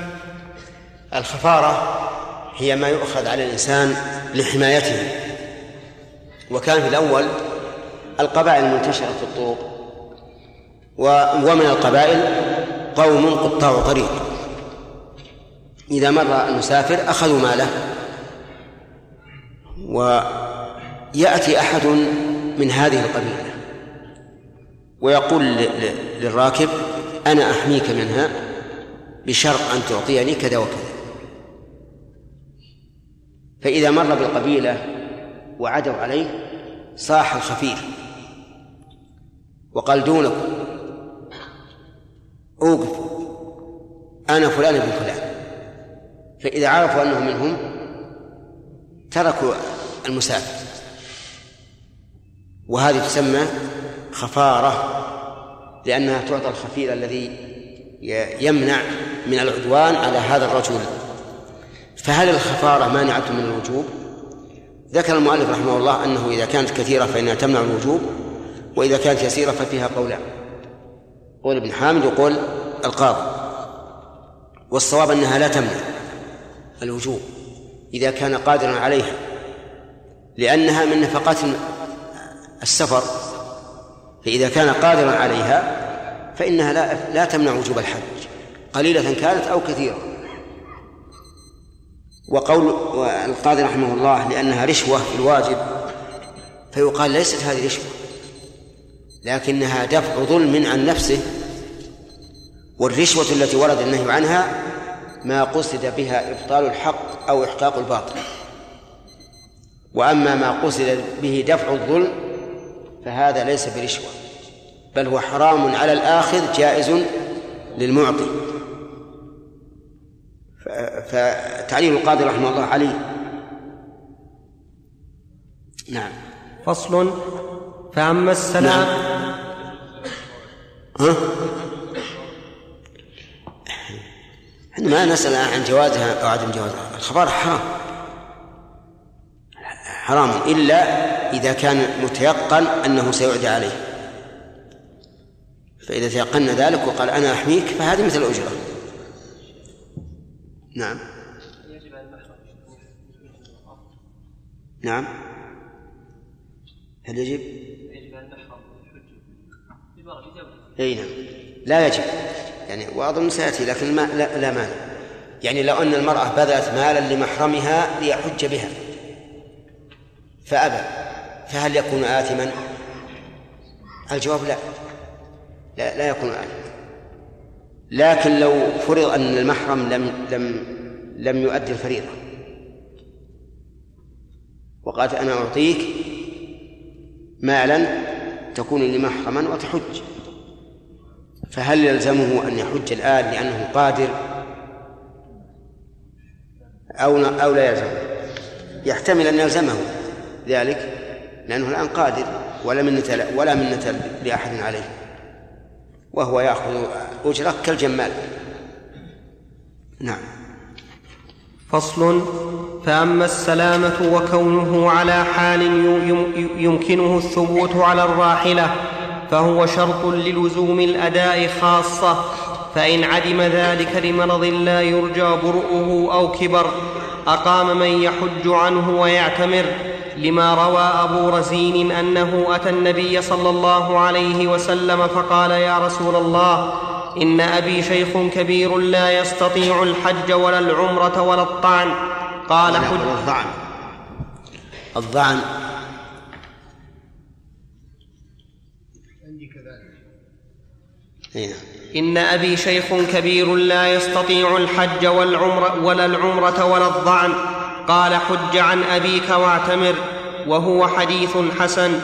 [SPEAKER 2] الخفارة هي ما يؤخذ على الإنسان لحمايته، وكان في الأول القبائل المنتشرة في الطرق، ومن القبائل قوم قطاع طريق إذا مر المسافر أخذوا ماله ويأتي أحد من هذه القبيلة ويقول للراكب أنا أحميك منها بشرط أن تعطيني كذا وكذا. فإذا مر بالقبيلة وعدوا عليه صاح الخفير وقال دونكم أوقفوا أنا فلان ابن فلان. فإذا عرفوا أنه منهم تركوا المسافر، وهذه تسمى خفارة لأنها تعطى الخفير الذي يمنع من العدوان على هذا الرجل. فهل الخفارة مانعة من الوجوب؟ ذكر المؤلف رحمه الله أنه إذا كانت كثيرة فإنها تمنع الوجوب، وإذا كانت يسيرة ففيها قولان، قول ابن حامد وقول القاضي. والصواب أنها لا تمنع الوجوب إذا كان قادرا عليها، لأنها من نفقات السفر، فإذا كان قادرا عليها فإنها لا تمنع وجوب الحج قليلة كانت أو كثيرة. وقول القاضي رحمه الله لأنها رشوة في الواجب، فيقال ليست هذه رشوة لكنها دفع ظلم عن نفسه، والرشوة التي ورد النهي عنها ما قصد بها إبطال الحق أو إحقاق الباطل، وأما ما قصد به دفع الظلم فهذا ليس برشوة، بل هو حرام على الآخذ جائز للمعطي. فتعليل القاضي رحمه الله عليه. نعم.
[SPEAKER 1] فصل. فأما السلام.
[SPEAKER 2] نعم. ما نسأل عن جوازها أو عدم جوازها، الخبر حرام إلا إذا كان متيقن أنه سيعدى عليه، فإذا تيقن ذلك وقال أنا أحميك فهذه مثل الأجرة. نعم. نعم. هل يجب؟ أي نعم. لا يجب يعني، وأظن سيأتي لكن لا مانع. يعني لو أن المرأة بذلت مالا لمحرمها ليحج بها فأبى، فهل يكون آثما؟ الجواب لا يكون آثما. لكن لو فرض أن المحرم لم يؤدي الفريضة وقالت أنا أعطيك مالا تكون لمحرما وتحج، فهل يلزمه أن يحج الآن لأنه قادر أو لا يلزمه؟ يحتمل أن يلزمه ذلك لأنه الآن قادر ولا منة لأحد عليه، وهو يأخذ أجرة كالجمال. نعم.
[SPEAKER 1] فصل. فأما السلامة وكونه على حال يمكنه الثبوت على الراحلة فهو شرط للزوم الأداء خاصة، فإن عدم ذلك لمرض لا يرجى برؤه أو كبر أقام من يحج عنه ويعتمر، لما روى أبو رزين أنه أتى النبي صلى الله عليه وسلم فقال يا رسول الله إن أبي شيخ كبير لا يستطيع الحج ولا العمرة ولا الطعن. قال حج.
[SPEAKER 2] الضعن
[SPEAKER 1] إن أبي شيخ كبير لا يستطيع الحج ولا العمرة ولا الضعن. قال حج عن أبيك واعتمر، وهو حديث حسن.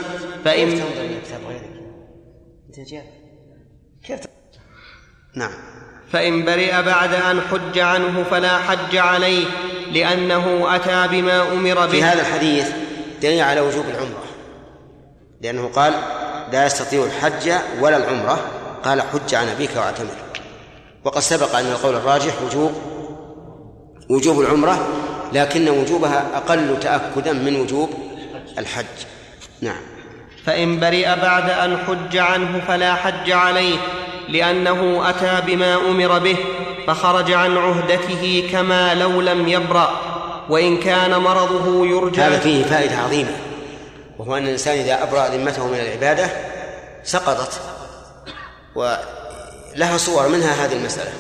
[SPEAKER 1] فإن برئ بعد أن حج عنه فلا حج عليه لأنه أتى بما أمر به.
[SPEAKER 2] في هذا الحديث دليل على وجوب العمرة، لأنه قال لا يستطيع الحج ولا العمرة، قال حج عن أبيك واعتمر. وقد سبق أن القول الراجح وجوب العمرة، لكن وجوبها أقل تأكدا من وجوب الحج. نعم.
[SPEAKER 1] فإن برئ بعد أن حج عنه فلا حج عليه لأنه أتى بما أمر به فخرج عن عهدته كما لو لم يبرأ، وإن كان مرضه يرجى.
[SPEAKER 2] هذا فيه فائدة عظيمة، وهو أن الإنسان إذا أبرأ ذمته من العبادة سقطت، ولها صور منها هذه المسألة.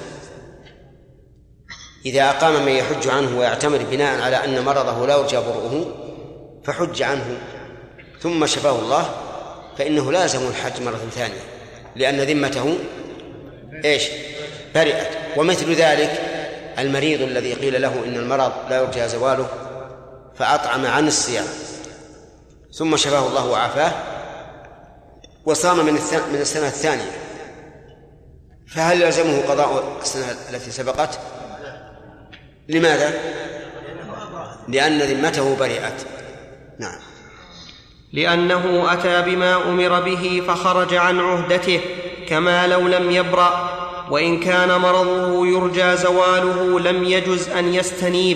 [SPEAKER 2] إذا أقام من يحج عنه ويعتمر بناء على أن مرضه لا يرجى برؤه فحج عنه ثم شفاه الله فإنه لازم الحج مرة ثانية، لأن ذمته برئت. ومثل ذلك المريض الذي قيل له إن المرض لا يرجى زواله فأطعم عن الصيام ثم شفاه الله وعافاه وصام من السنة الثانية، فهل يلزمه قضاء السنة التي سبقت؟ لماذا؟ لأن ذمته برئت. نعم.
[SPEAKER 1] لأنه أتى بما أمر به فخرج عن عهدته كما لو لم يبرأ، وإن كان مرضه يرجى زواله لم يجز أن يستنيب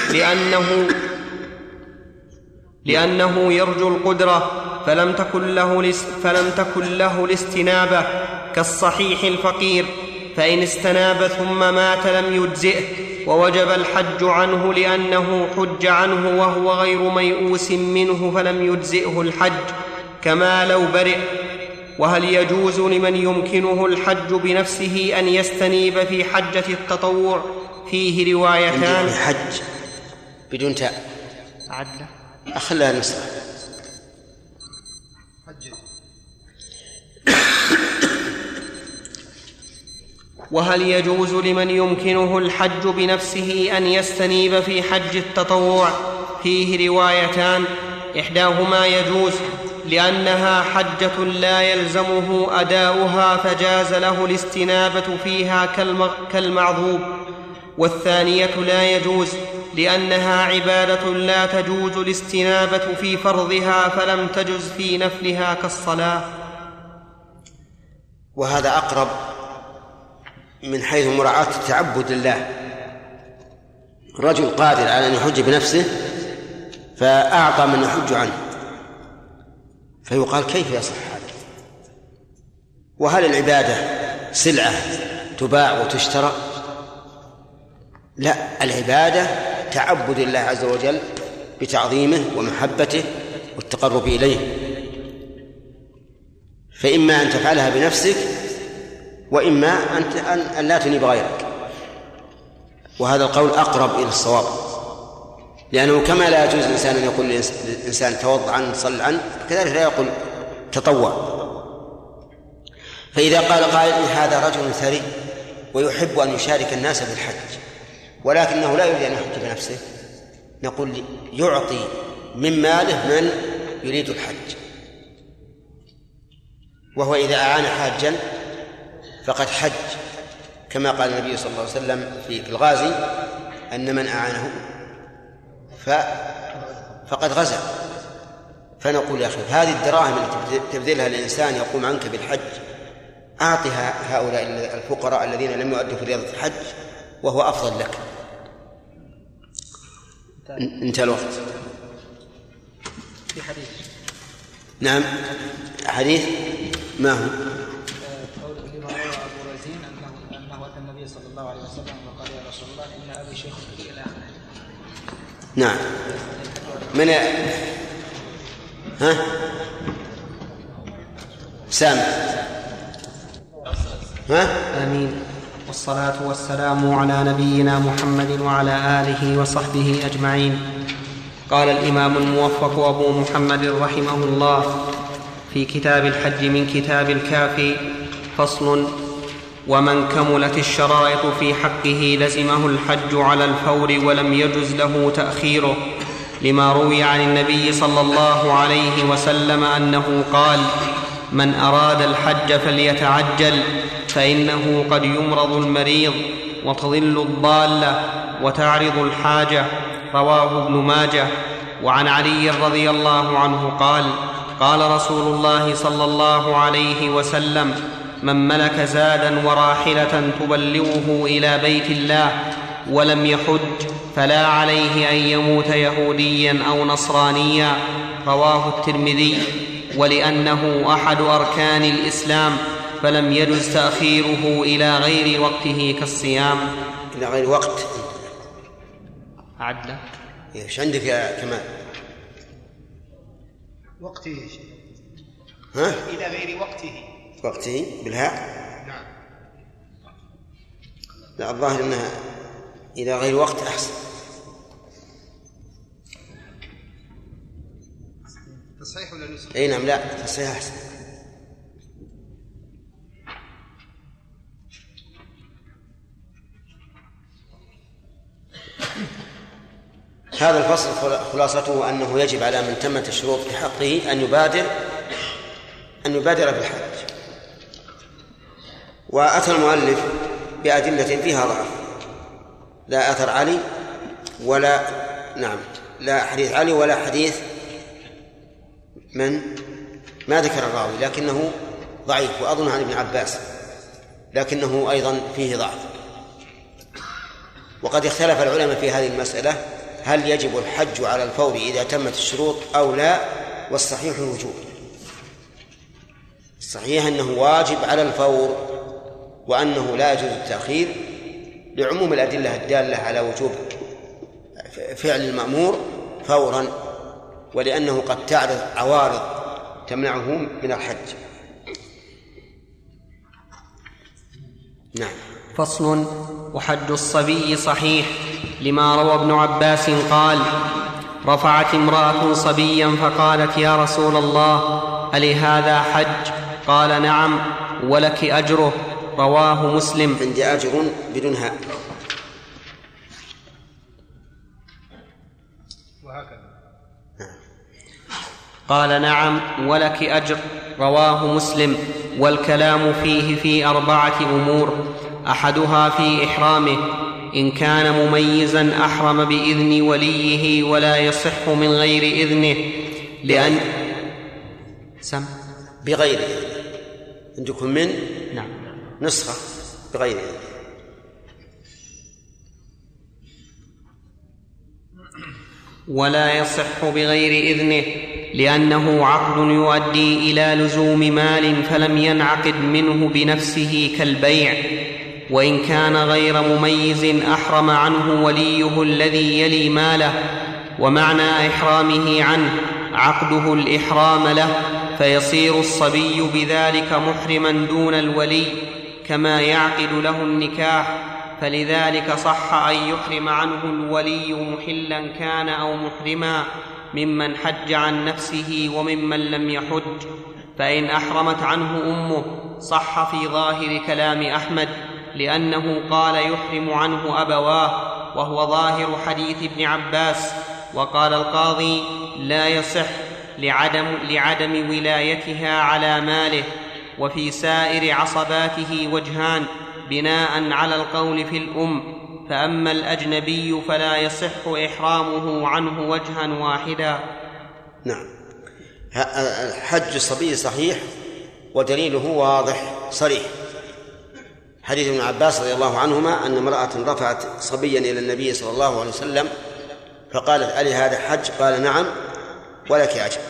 [SPEAKER 1] لأنه يرجو القدرة فلم تكن له الاستنابة كالصحيح الفقير، فإن استناب ثم مات لم يجزئه ووجب الحج عنه لأنه حج عنه وهو غير ميؤوس منه فلم يجزئه الحج كما لو برئ. وهل يجوز لمن يمكنه الحج بنفسه أن يستنيب في حجة التطوع؟ فيه روايتان.
[SPEAKER 2] حج بدون تاء
[SPEAKER 1] عدل
[SPEAKER 2] أخلها نصر.
[SPEAKER 1] وهل يجوز لمن يمكنه الحج بنفسه أن يستنيب في حج التطوع؟ فيه روايتان، إحداهما يجوز لأنها حجة لا يلزمه أداؤها فجاز له الاستنابة فيها كالمعذوب، والثانية لا يجوز لأنها عبادة لا تجوز الاستنابة في فرضها فلم تجز في نفلها كالصلاة.
[SPEAKER 2] وهذا أقرب من حيث مراعاة التعبد لله. رجل قادر على أن يحج بنفسه فأعطى من يحج عنه، فيقال كيف يصح هذا؟ وهل العبادة سلعة تباع وتشترى؟ لا، العبادة تعبد الله عز وجل بتعظيمه ومحبته والتقرب إليه، فإما أن تفعلها بنفسك وإما أن لا تنيب غيرك، وهذا القول أقرب إلى الصواب، لأنه كما لا يجوز الإنسان أن يقول للإنسان توضأ عنه صل عنه كذلك لا يقول تطوع. فإذا قال قائل هذا رجل ثري ويحب أن يشارك الناس في الحج ولكنه لا يريد أن يحج بنفسه، نقول يعطي من ماله من يريد الحج، وهو إذا أعان حاجا فقد حج، كما قال النبي صلى الله عليه وسلم في الغازي أن من أعانه فقد غزا. فنقول يا أخي هذه الدراهم التي تبذلها الإنسان يقوم عنك بالحج أعطها هؤلاء الفقراء الذين لم يؤدوا في رياضة الحج وهو أفضل لك. انتهى الوقت.
[SPEAKER 5] في حديث.
[SPEAKER 2] نعم، حديث ما هو؟
[SPEAKER 5] قول لما روى أبو رزين أنه أتى النبي صلى الله عليه وسلم وقال يا رسول الله إن أبي شيخ في إلى آخره.
[SPEAKER 2] نعم. من سامع.
[SPEAKER 1] آمين. والصلاة والسلام على نبينا محمد وعلى آله وصحبه أجمعين. قال الإمام الموفق أبو محمد رحمه الله في كتاب الحج من كتاب الكافي: فصل: ومن كملت الشرائط في حقه لزمه الحج على الفور ولم يجز له تأخيره، لما روي عن النبي صلى الله عليه وسلم أنه قال: من أراد الحج فليتعجل، فإنه قد يمرض المريض وتضل الضالة وتعرض الحاجة. رواه ابن ماجه. وعن علي رضي الله عنه قال: قال رسول الله صلى الله عليه وسلم: من ملك زادا وراحلة تبلغه إلى بيت الله ولم يحج فلا عليه أن يموت يهوديا أو نصرانيا. رواه الترمذي. ولأنه أحد أركان الإسلام فلم يجز تأخيره إلى غير وقته كالصيام.
[SPEAKER 2] إلى غير وقت.
[SPEAKER 1] عدل.
[SPEAKER 2] إيش عندك يا كمال؟
[SPEAKER 3] وقته يا شيخ. إلى غير وقته.
[SPEAKER 2] وقته بالهاء؟
[SPEAKER 3] نعم.
[SPEAKER 2] لا، الظاهر أنها إلى غير وقت أحسن.
[SPEAKER 3] تصحيح ولا نسخ؟
[SPEAKER 2] أي نعم، لا تصحيح أحسن. هذا الفصل خلاصته أنه يجب على من تمت الشروط في حقه أن يبادر بالحج. وأتى المؤلف بأدلة فيها ضعف، لا أثر علي ولا لا حديث علي ولا حديث من ما ذكر الراوي، لكنه ضعيف، وأظن عن ابن عباس، لكنه أيضا فيه ضعف. وقد اختلف العلماء في هذه المسألة، هل يجب الحج على الفور إذا تمت الشروط أو لا؟ والصحيح الوجوب. الصحيح أنه واجب على الفور، وأنه لا يجوز التأخير لعموم الأدلة الدالة على وجوب فعل المأمور فورا، ولأنه قد تعرض عوارض تمنعه من الحج. نعم.
[SPEAKER 1] فصل. وحج الصبي صحيح، لما روى ابن عباس قال: رفعت امرأة صبيا فقالت: يا رسول الله، ألهذا حج؟ قال: نعم، ولك أجره. رواه مسلم.
[SPEAKER 2] عندي أجر بدون هاء.
[SPEAKER 1] قال: نعم، ولك أجر. رواه مسلم. والكلام فيه في 4 أمور: أحدها في إحرامه، إن كان مميزا أحرم بإذن وليه ولا يصح من غير إذنه، لأن
[SPEAKER 2] بغير إذنه. عندكم من
[SPEAKER 1] نعم
[SPEAKER 2] نسخة بغير إذنه.
[SPEAKER 1] ولا يصح بغير إذنه، لأنه عقد يؤدي إلى لزوم مال فلم ينعقد منه بنفسه كالبيع. وإن كان غير مميز أحرم عنه وليه الذي يلي ماله، ومعنى إحرامه عنه عقده الإحرام له، فيصير الصبي بذلك محرما دون الولي كما يعقد له النكاح. فلذلك صح أن يحرم عنه الولي محلا كان أو محرما ممن حج عن نفسه وممن لم يحج. فإن أحرمت عنه أمه صح في ظاهر كلام أحمد، لأنه قال يحرم عنه أبواه، وهو ظاهر حديث ابن عباس. وقال القاضي: لا يصح لعدم ولايتها على ماله. وفي سائر عصباته وجهان بناء على القول في الأم، فأما الأجنبي فلا يصح إحرامه عنه وجها واحدا.
[SPEAKER 2] نعم. حج الصبي صحيح، ودليله واضح صريح. حديث ابن عباس رضي الله عنهما أن امرأة رفعت صبيا إلى النبي صلى الله عليه وسلم فقالت: ألي هذا حج؟ قال: نعم، ولك أجر.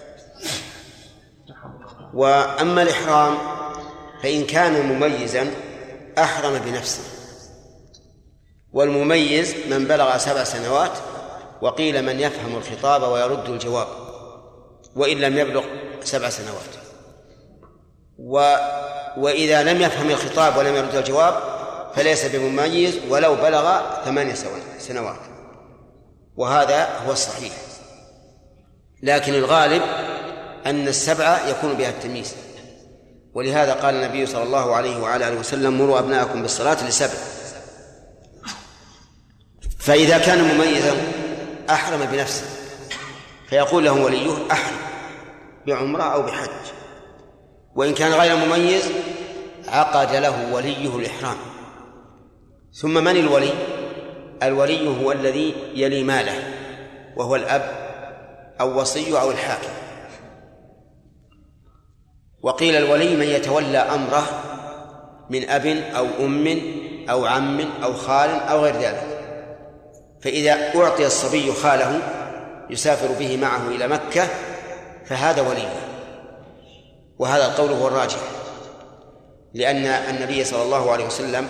[SPEAKER 2] وأما الإحرام فإن كان مميزا أحرم بنفسه، والمميز من بلغ 7 سنوات، وقيل من يفهم الخطاب ويرد الجواب، وإن لم يبلغ 7 سنوات. وإذا لم يفهم الخطاب ولم يرد الجواب فليس بمميز ولو بلغ 8 سنوات، وهذا هو الصحيح. لكن الغالب أن 7 يكون بها التمييز، ولهذا قال النبي صلى الله عليه وعلى آله وسلم: مروا أبناءكم بالصلاة ل7. فإذا كان مميزا أحرم بنفسه، فيقول له وليه: أحرم بعمرة أو بحج. وإن كان غير مميز عقد له وليه الإحرام. ثم من الولي؟ الولي هو الذي يلي ماله، وهو الأب أو وصي أو الحاكم. وقيل الولي من يتولى أمره من أب أو أم أو عم أو خال أو غير ذلك. فإذا أعطي الصبي خاله يسافر به معه إلى مكة فهذا وليه، وهذا القول هو الراجح، لأن النبي صلى الله عليه وسلم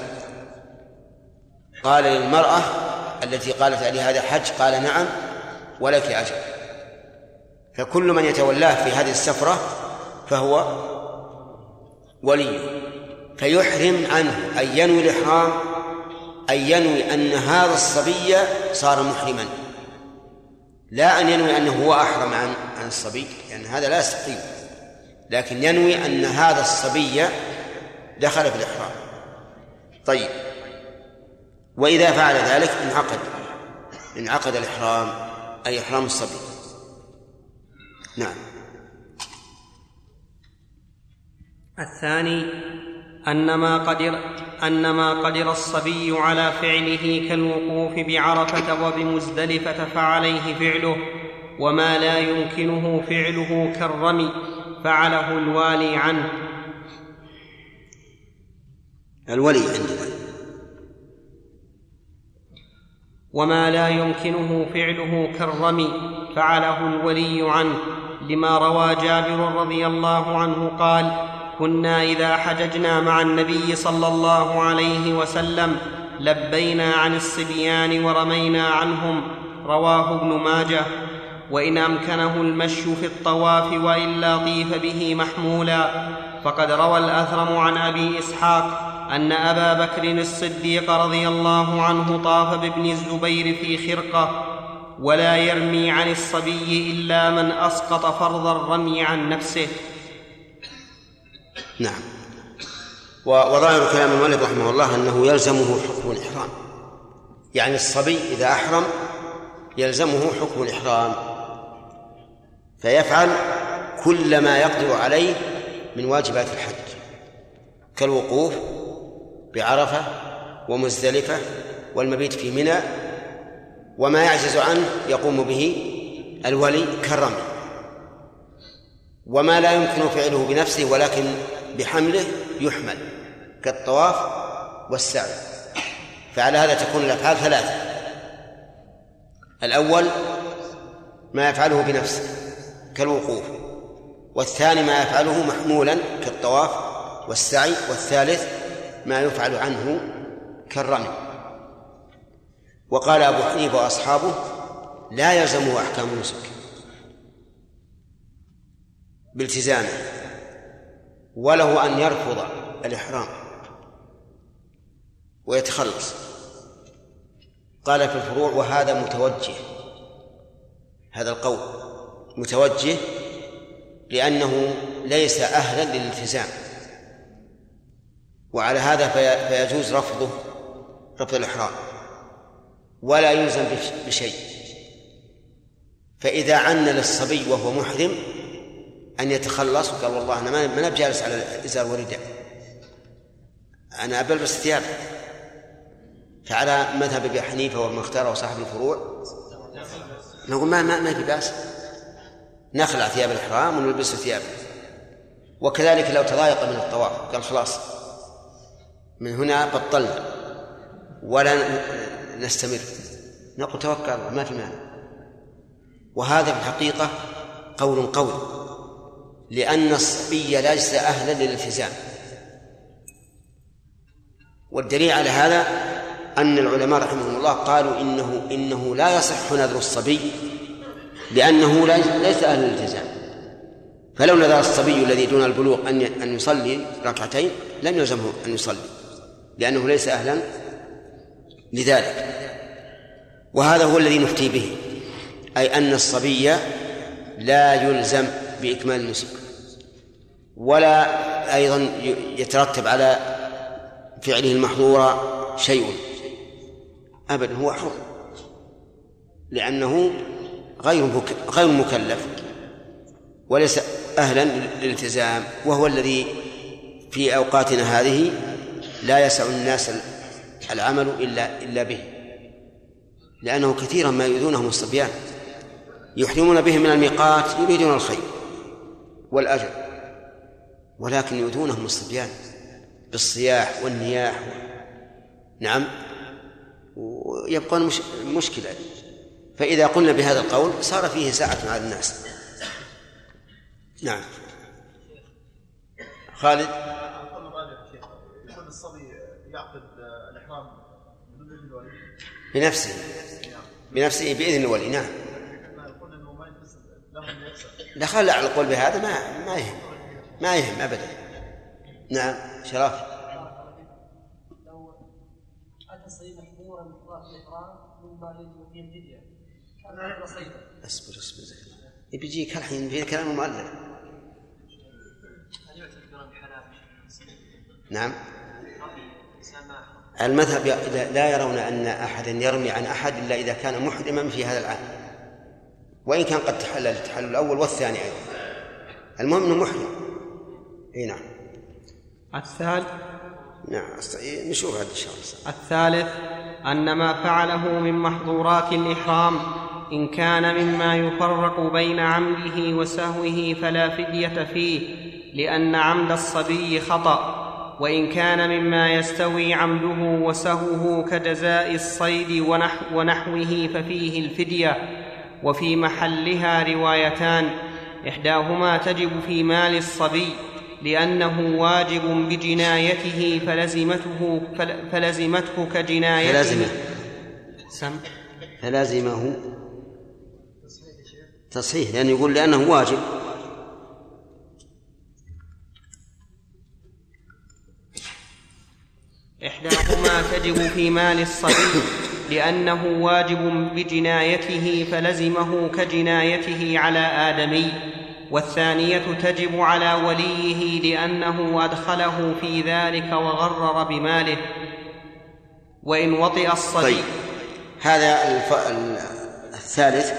[SPEAKER 2] قال للمرأة التي قالت: ألي هذا حج؟ قال: نعم، ولك أجر. فكل من يتولاه في هذه السفرة فهو ولي، فيحرم عنه أن ينوي الإحرام، أن ينوي أن هذا الصبي صار محرما، لا أن ينوي أنه هو أحرم عن الصبي، لأن هذا لا يستطيع، لكن ينوي أن هذا الصبي دخل في الإحرام. طيب، وإذا فعل ذلك انعقد الإحرام، أي إحرام الصبي. نعم.
[SPEAKER 1] الثاني أن ما قدر الصبي على فعله كالوقوف بعرفة وبمزدلفة فعليه فعله، وما لا يمكنه فعله كالرمي فعله الوالي عنه.
[SPEAKER 2] الولي عندنا.
[SPEAKER 1] وما لا يمكنه فعله كالرمي فعله الولي عنه، لما روى جابر رضي الله عنه قال: كنا إذا حججنا مع النبي صلى الله عليه وسلم لبينا عن الصبيان ورمينا عنهم. رواه ابن ماجه. وإن أمكنه المشي في الطواف وإلا طيف به محمولا، فقد روى الأثرم عن أبي إسحاق أن أبا بكر الصديق رضي الله عنه طاف بابن الزبير في خرقة، ولا يرمي عن الصبي إلا من أسقط فرض الرمي عن نفسه.
[SPEAKER 2] نعم. وظاهر كلام المؤلف رحمه الله أنه يلزمه حكم الإحرام، يعني الصبي إذا أحرم يلزمه حكم الإحرام، فيفعل كل ما يقدر عليه من واجبات الحج كالوقوف بعرفة ومزدلفة والمبيت في منى، وما يعجز عنه يقوم به الولي كالرمي، وما لا يمكن فعله بنفسه ولكن بحمله يحمل كالطواف والسعي. فعلى هذا تكون الأفعال ثلاثة: الأول ما يفعله بنفسه كالوقوف، والثاني ما يفعله محمولا كالطواف والسعي، والثالث ما يفعل عنه كالرمي. وقال أبو حنيفة وأصحابه: لا يلزمه أحكام النسك بالتزامه، وله أن يرفض الإحرام ويتخلص. قال في الفروع: وهذا متوجه، هذا القول متوجه لأنه ليس أهلا للالتزام، وعلى هذا فيجوز رفض الإحرام ولا يلزم بشيء. فإذا عن للصبي وهو محرم أن يتخلص وقال: والله أنا ما بجالس على الإزار والرداء، أنا بلبس ثياب، فعلى مذهب أبي حنيفة ومن اختاره صاحب الفروع نقول ما في بأس، نخلع ثياب الإحرام ونلبس ثيابه. وكذلك لو تضايق من الطواف قال: خلاص من هنا بطلنا ولا نستمر، نقول: توكل الله ما في مانع. وهذا في الحقيقة قول قوي، لأن الصبي ليس أهلا للالتزام. والدليل على هذا أن العلماء رحمهم الله قالوا إنه لا يصح نذر الصبي لأنه ليس أهل للالتزام. فلو نذر الصبي الذي دون البلوغ أن يصلي ركعتين لم يلزمه أن يصلي لأنه ليس أهلا لذلك. وهذا هو الذي نفتي به، أي أن الصبي لا يلزم بإكمال النسك، ولا أيضا يترتب على فعله المحظور شيء أبدا، هو حر لأنه غير مكلف وليس أهلا للالتزام، وهو الذي في أوقاتنا هذه لا يسع الناس العمل إلا به، لأنه كثيرا ما يؤذونهم الصبيان، يحرمون بهم من الميقات يريدون الخير والأجر، ولكن يؤذونهم الصبيان بالصياح والنياح. نعم، ويبقون مشكلة. فإذا قلنا بهذا القول صار فيه ساعة على الناس. نعم. خالد.
[SPEAKER 6] يكون الصبي يعقد الإحرام بدون إذن الولي
[SPEAKER 2] بنفسه بإذن الولي. نعم. لا خلع على القول بهذا ما يهم أبدا. نعم. شرف.
[SPEAKER 7] لو أتى الصبي محظورا في الإحرام من ما يجب فيه الفدية،
[SPEAKER 2] اصبر بيجيك الحين في كلام المؤلف. نعم المذهب لا يرون أن أحدا يرمي عن أحد إلا إذا كان محرما في هذا العام، وإن كان قد تحلل التحلل الأول والثاني أيضا، المهم أنه محرم. نعم.
[SPEAKER 1] الثالث
[SPEAKER 2] نعم نشوف هذا إن شاء الله.
[SPEAKER 1] الثالث أن ما فعله من محظورات الإحرام إن كان مما يفرق بين عمده وسهوه فلا فدية فيه، لأن عمد الصبي خطأ، وإن كان مما يستوي عمده وسهوه كجزاء الصيد ونحوه ففيه الفدية. وفي محلها روايتان، إحداهما تجب في مال الصبي لأنه واجب بجنايته فلزمته كجنايته
[SPEAKER 2] فلازمه تصحيح، لأنه يقول لأنه واجب.
[SPEAKER 1] إحداهما تجب في مال الصبي لأنه واجب بجنايته فلزمه كجنايته على آدمي، والثانية تجب على وليه لأنه أدخله في ذلك وغرر بماله. وإن وطئ الصبي.
[SPEAKER 2] طيب. هذا الثالث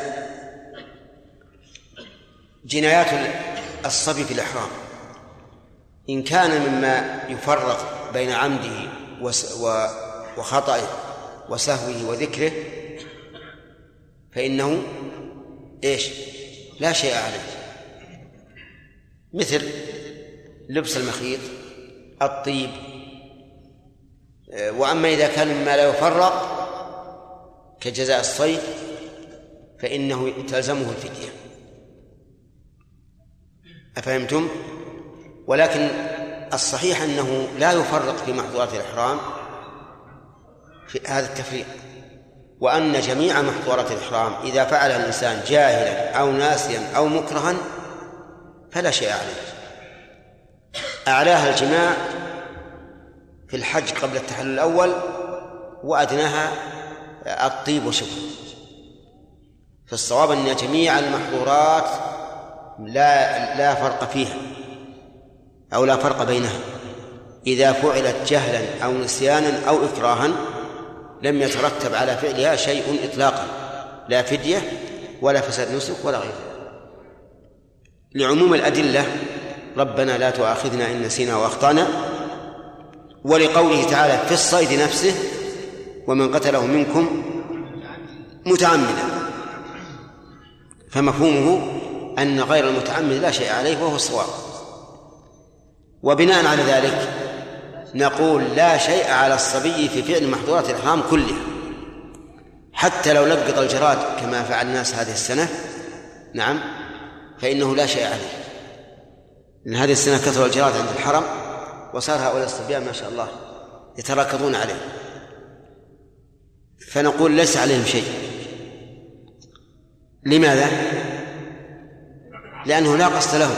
[SPEAKER 2] جنايات الصبي في الإحرام إن كان مما يفرق بين عمده وخطئه وسهوه وذكره فإنه لا شيء عليه، مثل لبس المخيط، الطيب. وأما إذا كان مما لا يفرق كجزاء الصيد فإنه تلزمه الفدية. أفهمتم؟ ولكن الصحيح أنه لا يفرق في محظورات الإحرام في هذا التفريق، وأن جميع محظورات الإحرام إذا فعلها الإنسان جاهلا أو ناسيا أو مكرها فلا شيء عليه. أعلاها الجماع في الحج قبل التحلل الأول، وأدناها الطيب وشبه. فالصواب أن جميع المحظورات لا فرق فيها أو لا فرق بينها، إذا فعلت جهلا أو نسيانا أو إكراها لم يترتب على فعلها شيء إطلاقا، لا فدية ولا فساد نسك ولا غيره، لعموم الأدلة ربنا لا تؤاخذنا إن نسينا وأخطأنا، ولقوله تعالى في الصيد نفسه ومن قتله منكم متعمدا، فمفهومه أن غير المتعمد لا شيء عليه وهو الصواب. وبناء على ذلك نقول لا شيء على الصبي في فعل محظورات الإحرام كلها، حتى لو لقط الجراد كما فعل الناس هذه السنة، نعم، فإنه لا شيء عليه، لأن هذه السنة كثر الجراد عند الحرم وصار هؤلاء الصبيان ما شاء الله يتراكضون عليه، فنقول ليس عليهم شيء. لماذا؟ لأنه لا قصد لهم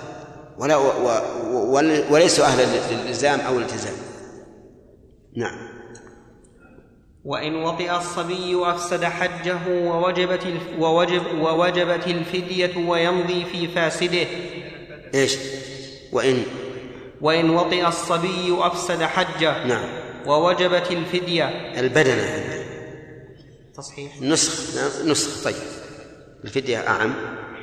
[SPEAKER 2] وليسوا أهلا للإلزام أو الالتزام. نعم.
[SPEAKER 1] وإن وطئ الصبي أفسد حجه ووجبت الفدية ويمضي في فاسده. وإن وطئ الصبي أفسد حجه.
[SPEAKER 2] نعم.
[SPEAKER 1] ووجبت الفدية.
[SPEAKER 2] البدنة
[SPEAKER 1] تصحيح
[SPEAKER 2] نسخ. طيب الفدية أعم.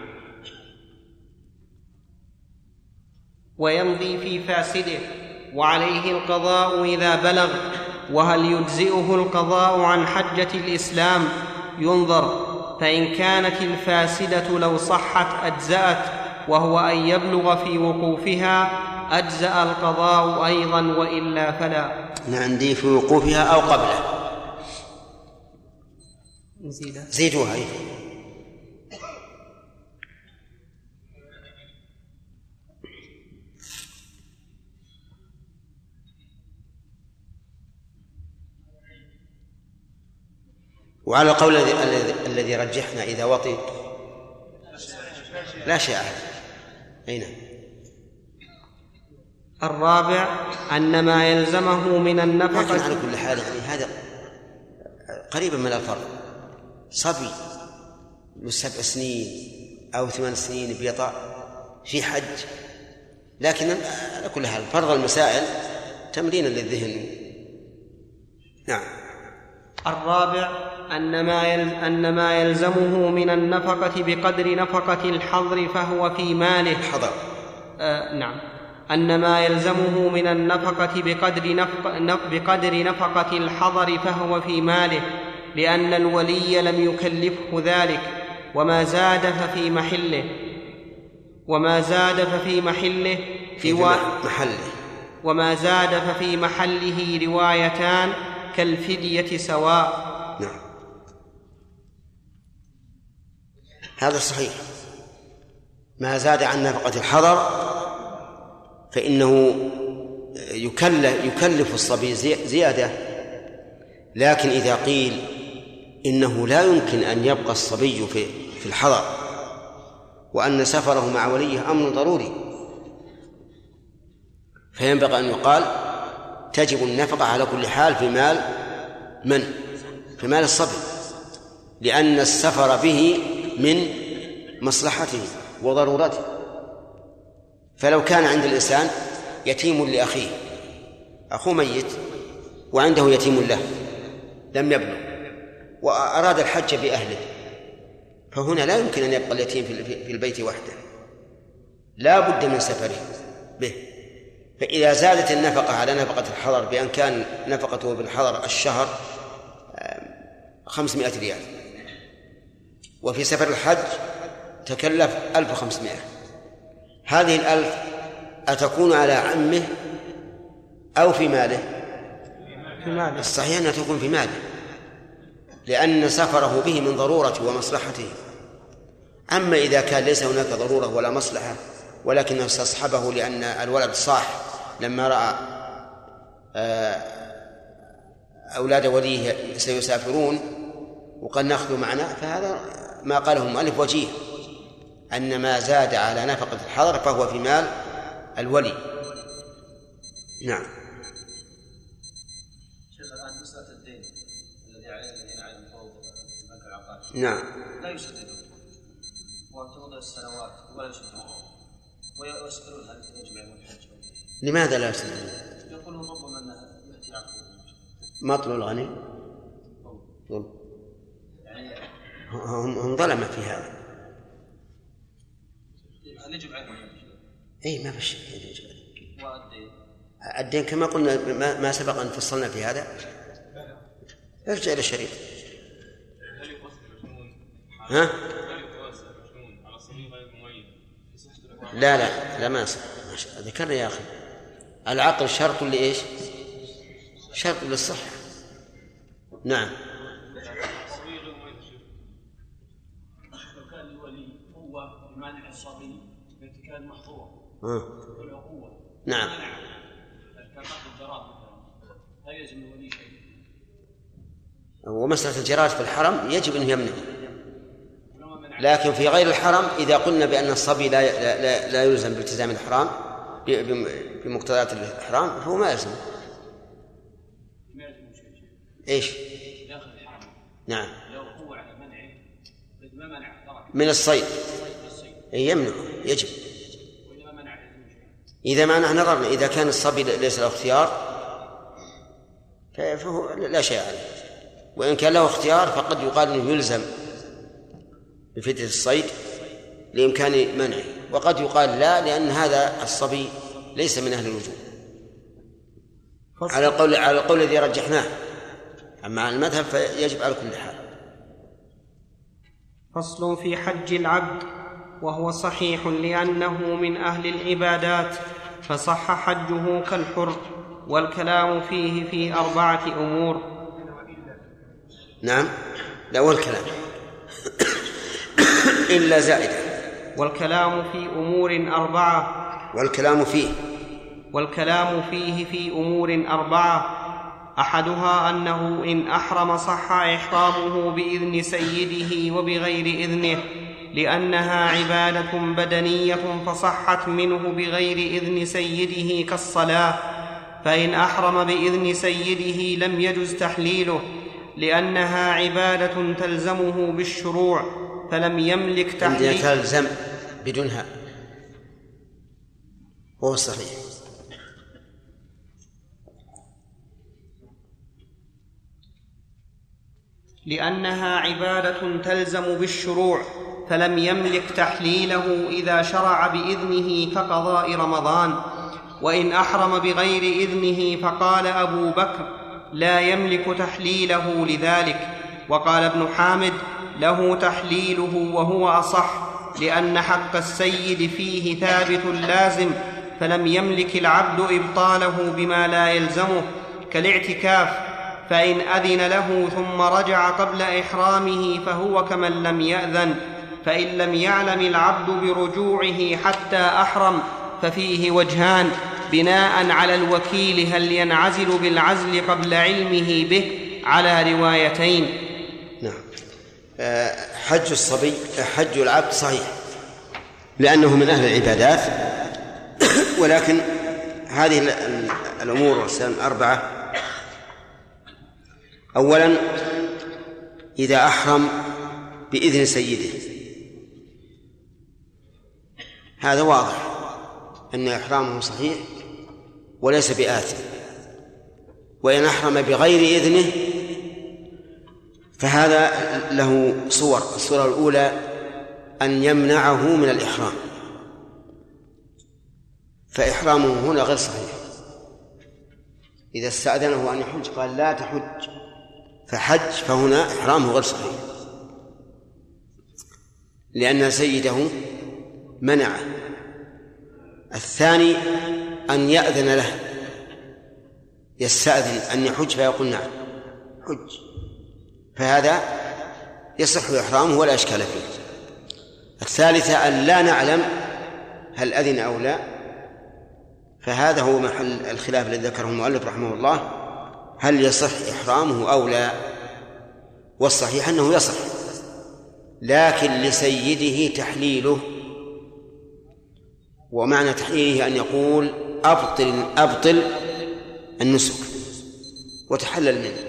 [SPEAKER 1] ويمضي في فاسده وعليه القضاء إذا بلغ. وهل يجزئه القضاء عن حجة الإسلام؟ ينظر، فإن كانت الفاسدة لو صحت أجزأت، وهو أن يبلغ في وقوفها أجزأ القضاء أيضا، وإلا فلا.
[SPEAKER 2] عندي في وقوفها أو قبله. زيدوها. وعلى القول الذي رجحنا إذا وطئ لا شيء عليه. أين؟
[SPEAKER 1] الرابع أن ما يلزمه من النفقة.
[SPEAKER 2] لكن على كل حال يعني هذا قريبا من الفرق. صبي له 7 سنين أو 8 سنين بيطأ في حج، لكن على كل حال فرض المسائل تمرينا للذهن. نعم.
[SPEAKER 1] الرابع أن ما يلزمه من النفقة بقدر نفقة الحضر فهو في ماله.
[SPEAKER 2] حضر.
[SPEAKER 1] نعم. أن ما يلزمه من النفقة بقدر نفقة الحضر فهو في ماله، لأن الولي لم يكلفه ذلك، وما زاد ففي محله روايتان كالفدية سواء.
[SPEAKER 2] نعم. هذا صحيح. ما زاد عن نفقة الحضر فإنه يكلف الصبي زيادة، لكن إذا قيل إنه لا يمكن أن يبقى الصبي في الحضر وأن سفره مع وليه أمر ضروري، فينبغي أن يقال تجب النفقة على كل حال في مال من؟ في مال الصبي، لأن السفر به من مصلحته وضرورته. فلو كان عند الإنسان يتيم لأخيه، أخوه ميت وعنده يتيم له لم يبلغ وأراد الحج بأهله، فهنا لا يمكن أن يبقى اليتيم في البيت وحده، لا بد من سفره به. فإذا زادت النفقة على نفقة الحضر بأن كان نفقته بالحضر الشهر 500 ريال، وفي سفر الحج تكلف 1500، هذه 1000 أتكون على عمه أو في ماله؟
[SPEAKER 1] في ماله.
[SPEAKER 2] الصحيح أنها تكون في ماله، لأن سفره به من ضرورته ومصلحته. أما إذا كان ليس هناك ضرورة ولا مصلحة ولكنه استصحبه لأن الولد صاح لما رأى أولاد وليه سيسافرون وقد نأخذ معنا، فهذا ما قاله المؤلف وجيه، أن ما زاد على نفقة الحضر فهو في مال الولي. نعم.
[SPEAKER 4] شيخ، الآن مسألة الدين الذين عليهم فروض البنك العقاري
[SPEAKER 2] نعم.
[SPEAKER 4] لا يسددون وتمضي السنوات ولا يسددون ويسألون هل يجب عليهم الحج؟
[SPEAKER 2] لماذا لا يسددون؟
[SPEAKER 4] يقولون ربما أنه يأتي عقود.
[SPEAKER 2] مطل الغني هم ظلمة في هذا.
[SPEAKER 4] هل يجب عليهم الحج؟
[SPEAKER 2] أي ما فيش الدين كما قلنا ما سبق أن فصلنا في هذا. ارجع إلى الشريط. ها؟ لا ما يصح. ذكرنا يا أخي العقل شرط لإيش؟ شرط للصحة. نعم.
[SPEAKER 7] لو كان الولي قوة بمانع الصبي كان محظور والعقوة.
[SPEAKER 2] نعم.
[SPEAKER 7] هل يجب الولي شيء؟
[SPEAKER 2] ومسألة الجراد في الحرم يجب أن يمنع، لكن في غير الحرم إذا قلنا بأن الصبي لا يلزم بالتزام الحرام بمقتضيات الإحرام فهو ما يلزم. إيش؟
[SPEAKER 7] داخل الحرم.
[SPEAKER 2] نعم.
[SPEAKER 7] لو هو على منعه ما منع
[SPEAKER 2] من الصيد يمنع يجب.
[SPEAKER 7] وإذا ما منع
[SPEAKER 2] إذا ما نظرنا إذا كان الصبي ليس له اختيار فهو لا شيء عليه، وإن كان له اختيار فقد يقال أنه يلزم بفدية الصيد لإمكان منعه، وقد يقال لا لأن هذا الصبي ليس من أهل الوجوب على القول الذي رجحناه. أما على المذهب فيجب على كل حال.
[SPEAKER 1] فصل في حج العبد، وهو صحيح لأنه من أهل العبادات فصح حجه كالحر، والكلام فيه في 4 أمور.
[SPEAKER 2] نعم. لا والكلام إلا زائدة.
[SPEAKER 1] والكلام في أمور 4. والكلام فيه في أمور 4. أحدها أنه إن أحرم صح إحرامه بإذن سيده وبغير إذنه، لأنها عبادة بدنية فصحت منه بغير إذن سيده كالصلاة. فإن أحرم بإذن سيده لم يجز تحليله، لأنها عبادة تلزمه بالشروع، فلم يملك تحليل.
[SPEAKER 2] تلزم بدونها هو الصحيح.
[SPEAKER 1] لأنها عبادة تلزم بالشروع، فلم يملك تحليله إذا شرع بإذنه كقضاء رمضان. وإن أحرم بغير إذنه فقال أبو بكر لا يملك تحليله لذلك. وقال ابن حامد له تحليله وهو أصح، لأن حق السيد فيه ثابت لازم، فلم يملك العبد إبطاله بما لا يلزمه كالاعتكاف، فإن أذن له ثم رجع قبل إحرامه فهو كمن لم يأذن. فإن لم يعلم العبد برجوعه حتى أحرم ففيه وجهان بناء على الوكيل هل ينعزل بالعزل قبل علمه به على روايتين.
[SPEAKER 2] نعم. حج العبد صحيح لأنه من أهل العبادات، ولكن هذه الأمور الأربعة: أولا إذا أحرم بإذن سيده، هذا واضح أن إحرامه صحيح وليس بآثم. وإن أحرم بغير إذنه فهذا له صور. الصورة الأولى أن يمنعه من الإحرام، فإحرامه هنا غير صحيح. إذا استأذنه أن يحج قال لا تحج فحج، فهنا إحرامه غير صحيح لأن سيده منعه. الثاني أن يأذن له، يستأذن أن يحج فيقول نعم حج، فهذا يصح إحرامه ولا إشكال فيه. الثالثة أن لا نعلم هل أذن أو لا، فهذا هو محل الخلاف الذي ذكره المؤلف رحمه الله، هل يصح إحرامه أو لا. والصحيح أنه يصح، لكن لسيده تحليله. ومعنى تحليله أن يقول أبطل النسك وتحلل منه.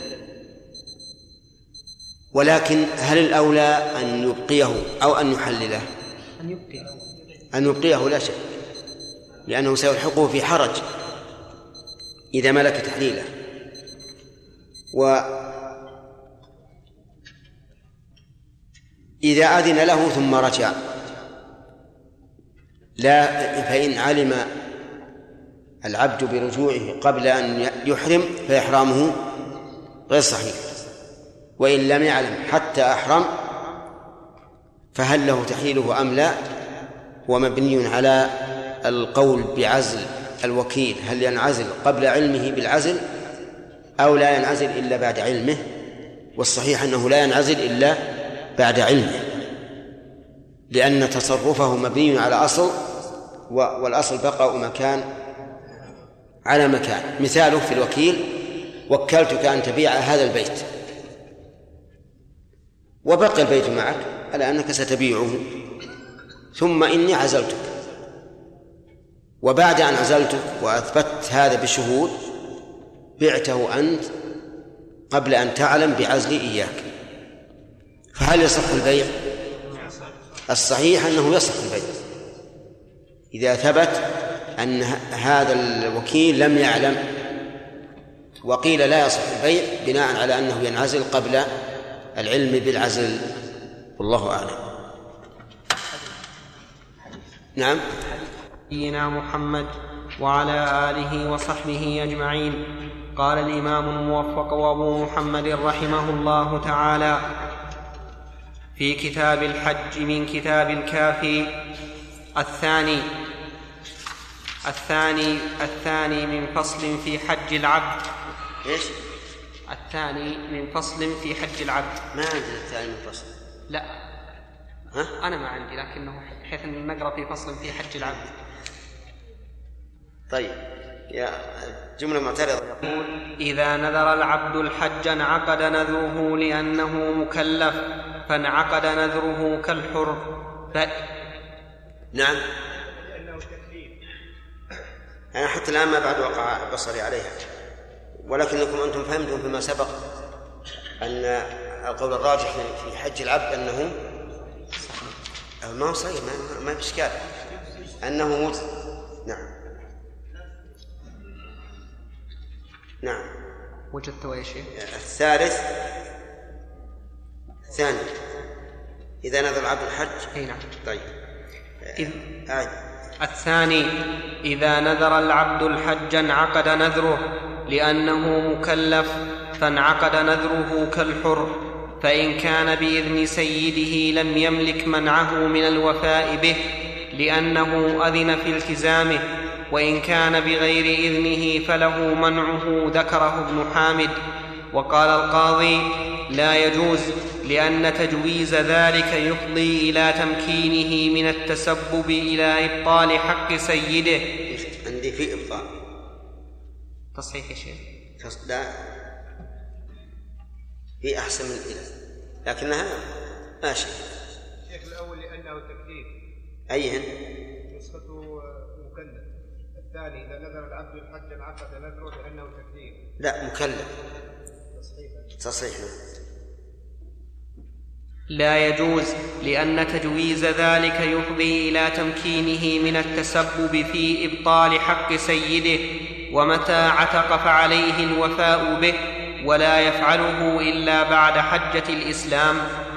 [SPEAKER 2] ولكن هل الأولى أن يبقيه أو أن يحلله؟ أن يبقيه لا شك، لأنه سيلحقه في حرج إذا ملك تحليله. وإذا أذن له ثم رجع لا، فإن علم العبد برجوعه قبل أن يحرم فإحرامه غير صحيح. وإن لم يعلم حتى أحرم فهل له تحليله أم لا، هو مبني على القول بعزل الوكيل، هل ينعزل قبل علمه بالعزل أو لا ينعزل إلا بعد علمه. والصحيح أنه لا ينعزل إلا بعد علمه، لأن تصرفه مبني على أصل، والأصل بقاء مكان على مكان. مثاله في الوكيل: وكلتك أن تبيع هذا البيت، وبقى البيت معك على أنك ستبيعه، ثم إني عزلتك، وبعد أن عزلتك وأثبت هذا بشهود بعته أنت قبل أن تعلم بعزلي إياك، فهل يصح البيع؟ الصحيح أنه يصح البيع إذا ثبت أن هذا الوكيل لم يعلم. وقيل لا يصح البيع بناء على أنه ينعزل قبل العلم بالعزل، والله أعلم.
[SPEAKER 1] نعم. نبينا محمد وعلى آله وصحبه أجمعين. قال الإمام الموفق وأبو محمد رحمه الله تعالى في كتاب الحج من كتاب الكافي: الثاني من فصل في حج العبد.
[SPEAKER 2] إيش؟
[SPEAKER 1] الثاني من فصل في حج العبد.
[SPEAKER 2] ما عندنا الثاني من فصل.
[SPEAKER 1] لا. ها؟ أنا ما عندي، لكنه بحيث أن نقرأ في فصل في حج العبد.
[SPEAKER 2] طيب، يا جملة معترضة.
[SPEAKER 1] يقول: إذا نذر العبد الحج انعقد نذره لأنه مكلف، فانعقد نذره كالحر.
[SPEAKER 2] نعم. أنا حتى الآن ما بعد وقع بصري عليها، ولكنكم أنتم فهمتم فيما سبق أن القول الراجح في حج العبد أنه ما هو صحيح، ما في إشكال أنه مجزي. نعم.
[SPEAKER 1] وجدت يا شيخ.
[SPEAKER 2] الثالث الثاني إذا نذر العبد الحج.
[SPEAKER 1] أي نعم.
[SPEAKER 2] طيب.
[SPEAKER 1] الثاني إذا نذر العبد الحج انعقد نذره لأنه مكلف، فانعقد نذره كالحر، فإن كان بإذن سيده لم يملك منعه من الوفاء به لأنه أذن في التزامه، وإن كان بغير إذنه فله منعه، ذكره ابن حامد. وقال القاضي لا يجوز لأن تجويز ذلك يفضي إلى تمكينه من التسبب إلى إبطال حق سيده.
[SPEAKER 2] عندي في إبطال
[SPEAKER 1] تصحيح يا شيخ.
[SPEAKER 2] لا، في أحسن من إلى، لكنها ماشي.
[SPEAKER 3] الشيخ الأول لأنه تكليف.
[SPEAKER 2] أيهن؟
[SPEAKER 3] نسخته مكلف. الثاني إذا نذر العبد الحج انعقد نذره لأنه تكليف.
[SPEAKER 2] لا، مكلف. تصحيح.
[SPEAKER 1] لا يجوز لأن تجويز ذلك يفضي إلى تمكينه من التسبب في إبطال حق سيده، ومتى عتق فعليه الوفاء به، ولا يفعله إلا بعد حجة الإسلام.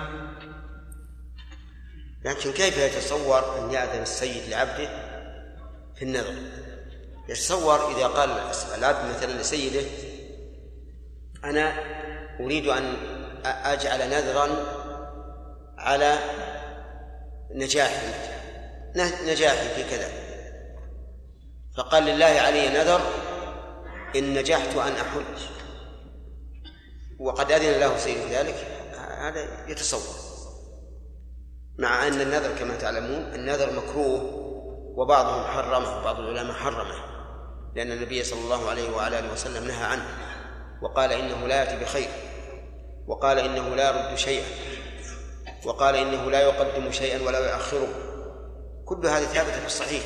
[SPEAKER 2] لكن كيف يتصور أن يأذن السيد لعبده في النذر؟ يتصور إذا قال العبد مثلا لسيده أنا أريد أن أجعل نذرا على نجاحي في كذا، فقال لله علي نذر إن نجحت أن أحج، وقد أذن له سيد ذلك، هذا يتصور. مع أن النذر كما تعلمون النذر مكروه، وبعضهم حرمه، وبعض العلماء حرمه، لأن النبي صلى الله عليه وعلى آله وسلم نهى عنه، وقال إنه لا يأتي بخير، وقال إنه لا يرد شيئا، وقال إنه لا يقدم شيئا ولا يؤخره. كل هذه ثابتة في الصحيح.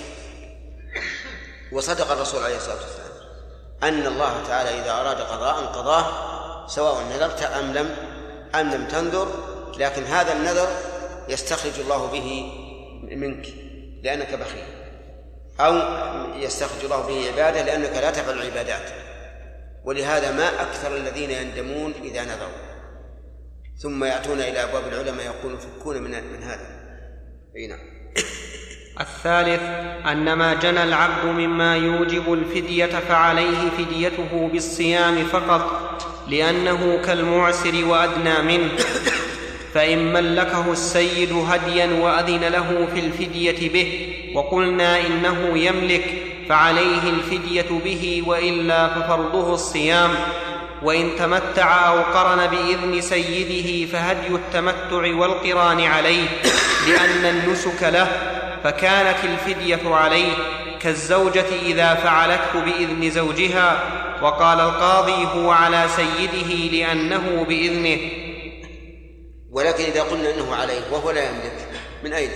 [SPEAKER 2] وصدق الرسول عليه الصلاة والسلام أن الله تعالى إذا أراد قضاء قضاه، سواء نذرت أم لم تنذر، لكن هذا النذر يستخرج الله به منك لأنك بخيل، أو يستخرج الله به عبادة لأنك لا تفعل العبادات. ولهذا ما أكثر الذين يندمون إذا نذروا ثم يأتون إلى أبواب العلماء يقولون فكون من هذا. نعم.
[SPEAKER 1] الثالث أن ما جنى العبد مما يوجب الفدية فعليه فديته بالصيام فقط، لأنه كالمعسر وأدنى منه، فإن ملكه السيد هديا وأذن له في الفدية به وقلنا إنه يملك فعليه الفدية به، وإلا ففرضه الصيام. وإن تمتع أو قرن بإذن سيده فهدي التمتع والقران عليه لأن النسك له، فكانت الفدية عليه كالزوجة إذا فعلته بإذن زوجها. وقال القاضي هو على سيده لأنه بإذنه.
[SPEAKER 2] ولكن إذا قلنا إنه عليه وهو لا يملك، من أين؟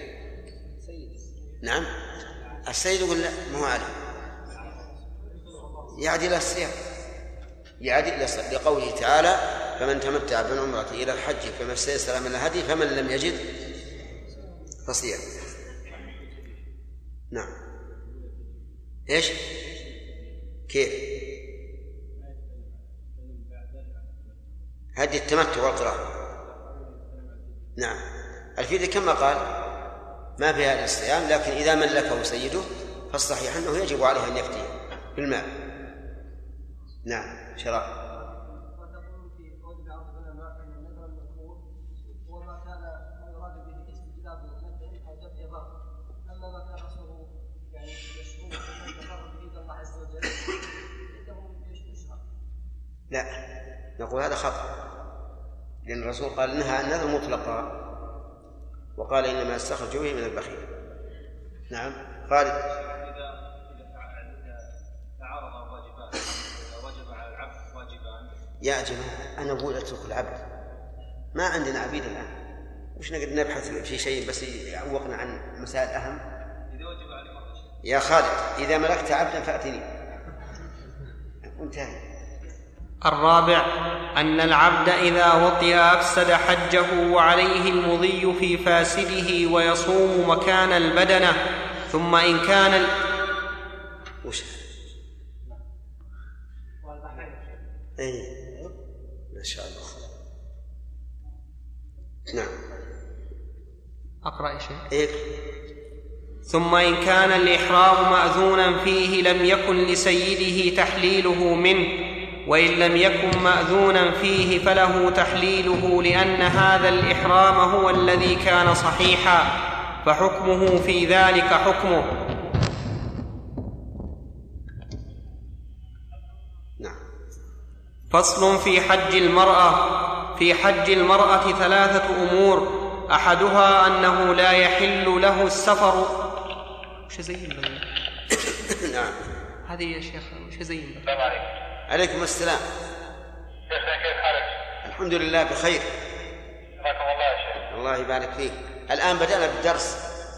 [SPEAKER 2] نعم، السيد يقول لا، ما هو عليه، يعدل الصيام، يعدل لقوله تعالى فمن تمتع بالعمرة إلى الحج فما استيسر من الهدي فمن لم يجد فصيام. نعم. إيش؟ كيف؟ هدي التمتع والقران. نعم. الفدية كما قال ما فيها الصيام، لكن إذا ملكه سيده فالصحيح أنه يجب عليه أن يفتي بالمال. نعم. شرع.
[SPEAKER 8] وتقول في قول بعض العلماء أن النذر المذكور هو ما كان يراد به استجلاب نفع أو دفع ضر، أما ما كان أصله يعني يشكو أن يتقرب به إلى الله عز وجل فإنه يشرع.
[SPEAKER 2] لا، نقول هذا خطأ، لأن الرسول قال نهى عن النذر مطلقا، وقال إنما استخرج به من البخيل. نعم. خالد.
[SPEAKER 4] إذا تعارض واجبان، إذا وجب على العبد واجبان.
[SPEAKER 2] يا جماعة أنا أقول أترك العبد، ما عندنا عبيد الآن، مش نقدر نبحث في شيء بس يعوقنا عن مسائل أهم.
[SPEAKER 4] إذا وجب على المرء شيء.
[SPEAKER 2] يا خالد إذا ملكت عبدا فأتني، انتهي.
[SPEAKER 1] الرابع أن العبد إذا وطئ أفسد حجه وعليه المضي في فاسده ويصوم مكان البدنة. ثم إن كان
[SPEAKER 2] ما شاء الله. نعم
[SPEAKER 1] أقرأ يا شيخ. ثم إن كان الإحرام مأذونا فيه لم يكن لسيده تحليله منه، وإن لم يكن مأذونا فيه فله تحليله، لأن هذا الإحرام هو الذي كان صحيحا، فحكمه في ذلك حكمه. فصل في حج المرأة. في حج المرأة 3 أمور: أحدها أنه لا يحل له السفر. وش زين
[SPEAKER 2] نعم
[SPEAKER 1] هذه يا شيخ، وش زين.
[SPEAKER 3] السلام عليكم.
[SPEAKER 2] عليكم السلام.
[SPEAKER 3] شيخنا كيف حالك؟
[SPEAKER 2] الحمد لله بخير.
[SPEAKER 3] حياكم الله يا شيخ.
[SPEAKER 2] الله يبارك فيك. الآن بدأنا بالدرس،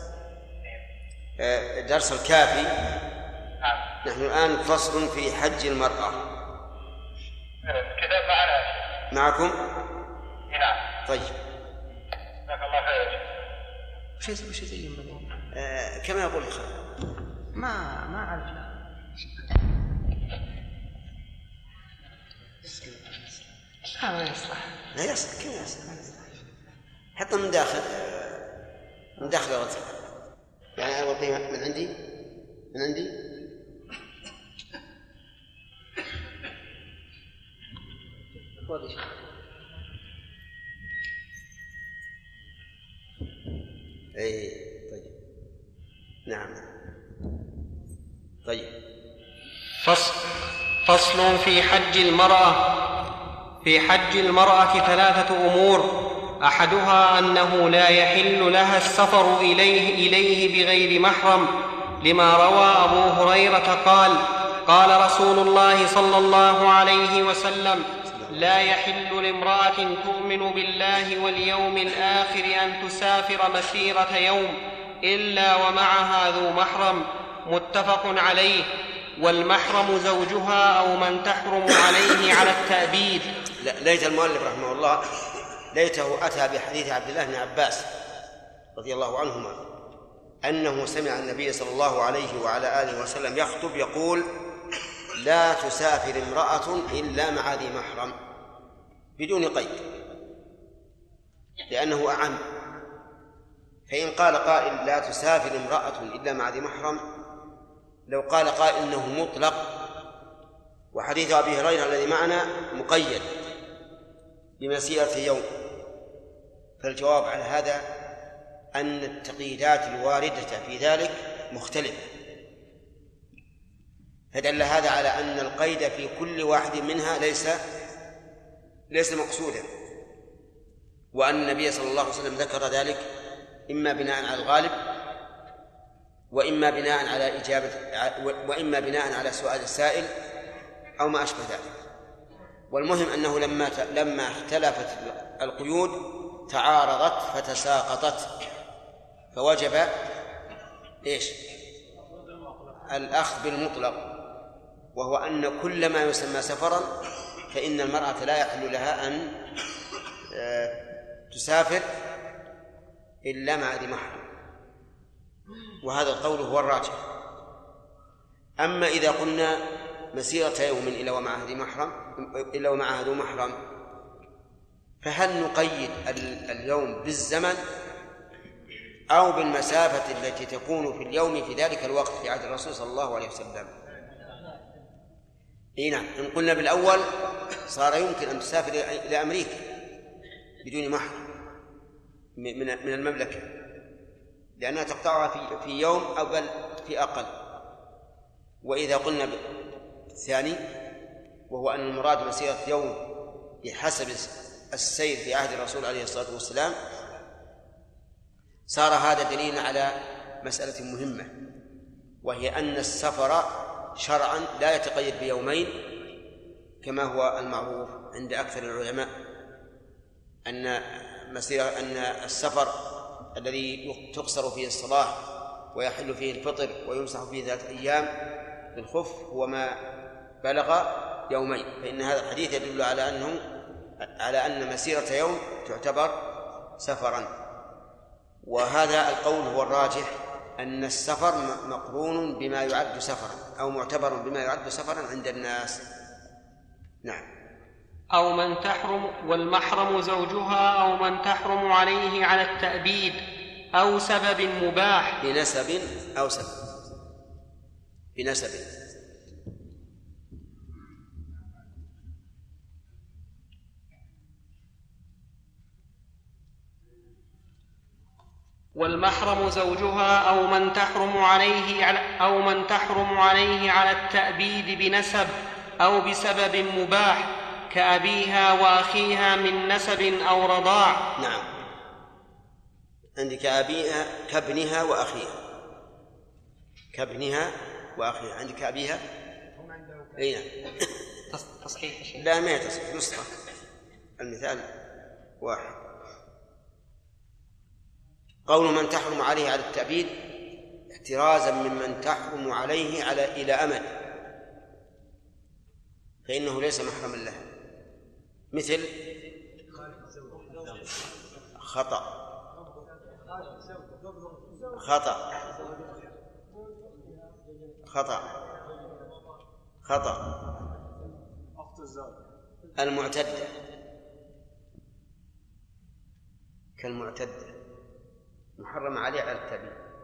[SPEAKER 2] درس الكافي.
[SPEAKER 3] نعم.
[SPEAKER 2] نحن الآن فصل في حج المرأة.
[SPEAKER 3] الكتاب معنا يا شيخ.
[SPEAKER 2] معكم؟
[SPEAKER 3] نعم.
[SPEAKER 2] طيب.
[SPEAKER 3] جزاك الله خير يا شيخ.
[SPEAKER 1] وش زين
[SPEAKER 2] كما يقول الخير.
[SPEAKER 1] ما أعرف. ما يصلح.
[SPEAKER 2] لا يصلح. كيف يصلح؟ حتى من داخل الغزل. يعني أنا أعطيها من عندي أي طيب. نعم طيب.
[SPEAKER 1] فصل في حج المرأة. في حج المرأة 3 أمور: أحدها أنه لا يحل لها السفر إليه بغير محرم، لما روى أبو هريرة قال: قال رسول الله صلى الله عليه وسلم: لا يحل لامرأة تؤمن بالله واليوم الآخر أن تسافر مسيرة يوم إلا ومعها ذو محرم. متفق عليه. والمحرم زوجها أو من تحرم عليه على التأبيد.
[SPEAKER 2] ليت المؤلف رحمه الله ليته أتى بحديث عبد الله بن عباس رضي الله عنهما أنه سمع النبي صلى الله عليه وعلى آله وسلم يخطب يقول: لا تسافر امرأة إلا مع ذي محرم، بدون قيد، لأنه أعم. فإن قال قائل لا تسافر امرأة إلا مع ذي محرم، لو قال قائل إنه مطلق وحديث أبي هريرة الذي معنا مقيد بمسيرة يوم، فالجواب على هذا أن التقييدات الواردة في ذلك مختلفة، فدل هذا على أن القيد في كل واحد منها ليس مقصودا، وأن النبي صلى الله عليه وسلم ذكر ذلك إما بناء على الغالب وإما بناء على سؤال السائل أو ما أشبه ذلك. والمهم أنه لما اختلفت القيود تعارضت فتساقطت، فوجب الأخذ بالمطلق، وهو أن كل ما يسمى سفرا فإن المرأة لا يحل لها أن تسافر إلا مع ذي محرم، وهذا القول هو الراجح. أما إذا قلنا مسيرة يوم إلا ومعها ذو محرم، فهل نقيد اليوم بالزمن أو بالمسافة التي تكون في اليوم في ذلك الوقت في عهد الرسول صلى الله عليه وسلم؟ نعم، إن قلنا بالأول صار يمكن أن تسافر إلى أمريكا بدون محرم من المملكة، لأنها تقطعها في يوم أو بل في أقل. وإذا قلنا الثاني وهو أن المراد مسيرة يوم بحسب السير في عهد الرسول عليه الصلاة والسلام، صار هذا دليل على مسألة مهمة، وهي أن السفر شرعا لا يتقيد بيومين كما هو المعروف عند أكثر العلماء، أن السفر الذي تقصر فيه الصلاة ويحل فيه الفطر ويمسح فيه 3 أيام بالخف هو ما بلغ يومين، فإن هذا الحديث يدل على أن مسيرة يوم تعتبر سفرا. وهذا القول هو الراجح، أن السفر مقرون بما يعد سفرا أو معتبر بما يعد سفرا عند الناس. نعم.
[SPEAKER 1] أو من تحرم والمحرم زوجها أو من تحرم عليه على التأبيد أو سبب مباح
[SPEAKER 2] بنسب أو سبب بنسب.
[SPEAKER 1] والمحرم زوجها أو من تحرم عليه على التأبيد بنسب أو بسبب مباح كأبيها وأخيها من نسب أو رضاع.
[SPEAKER 2] نعم، عندك أبيها كابنها وأخيها، كابنها وأخيها، عندك أبيها. أي نعم.
[SPEAKER 1] تصحيح شيء؟
[SPEAKER 2] لا، ما يتصحيح، نسخة المثال واحد. قول من تحرم عليه على التأبيد احترازا ممن تحرم عليه إلى أمد، فإنه ليس محرما له، مثل خطأ خطأ خطأ خطأ المعتدة كالمعتدة محرم عليه على التأبيد.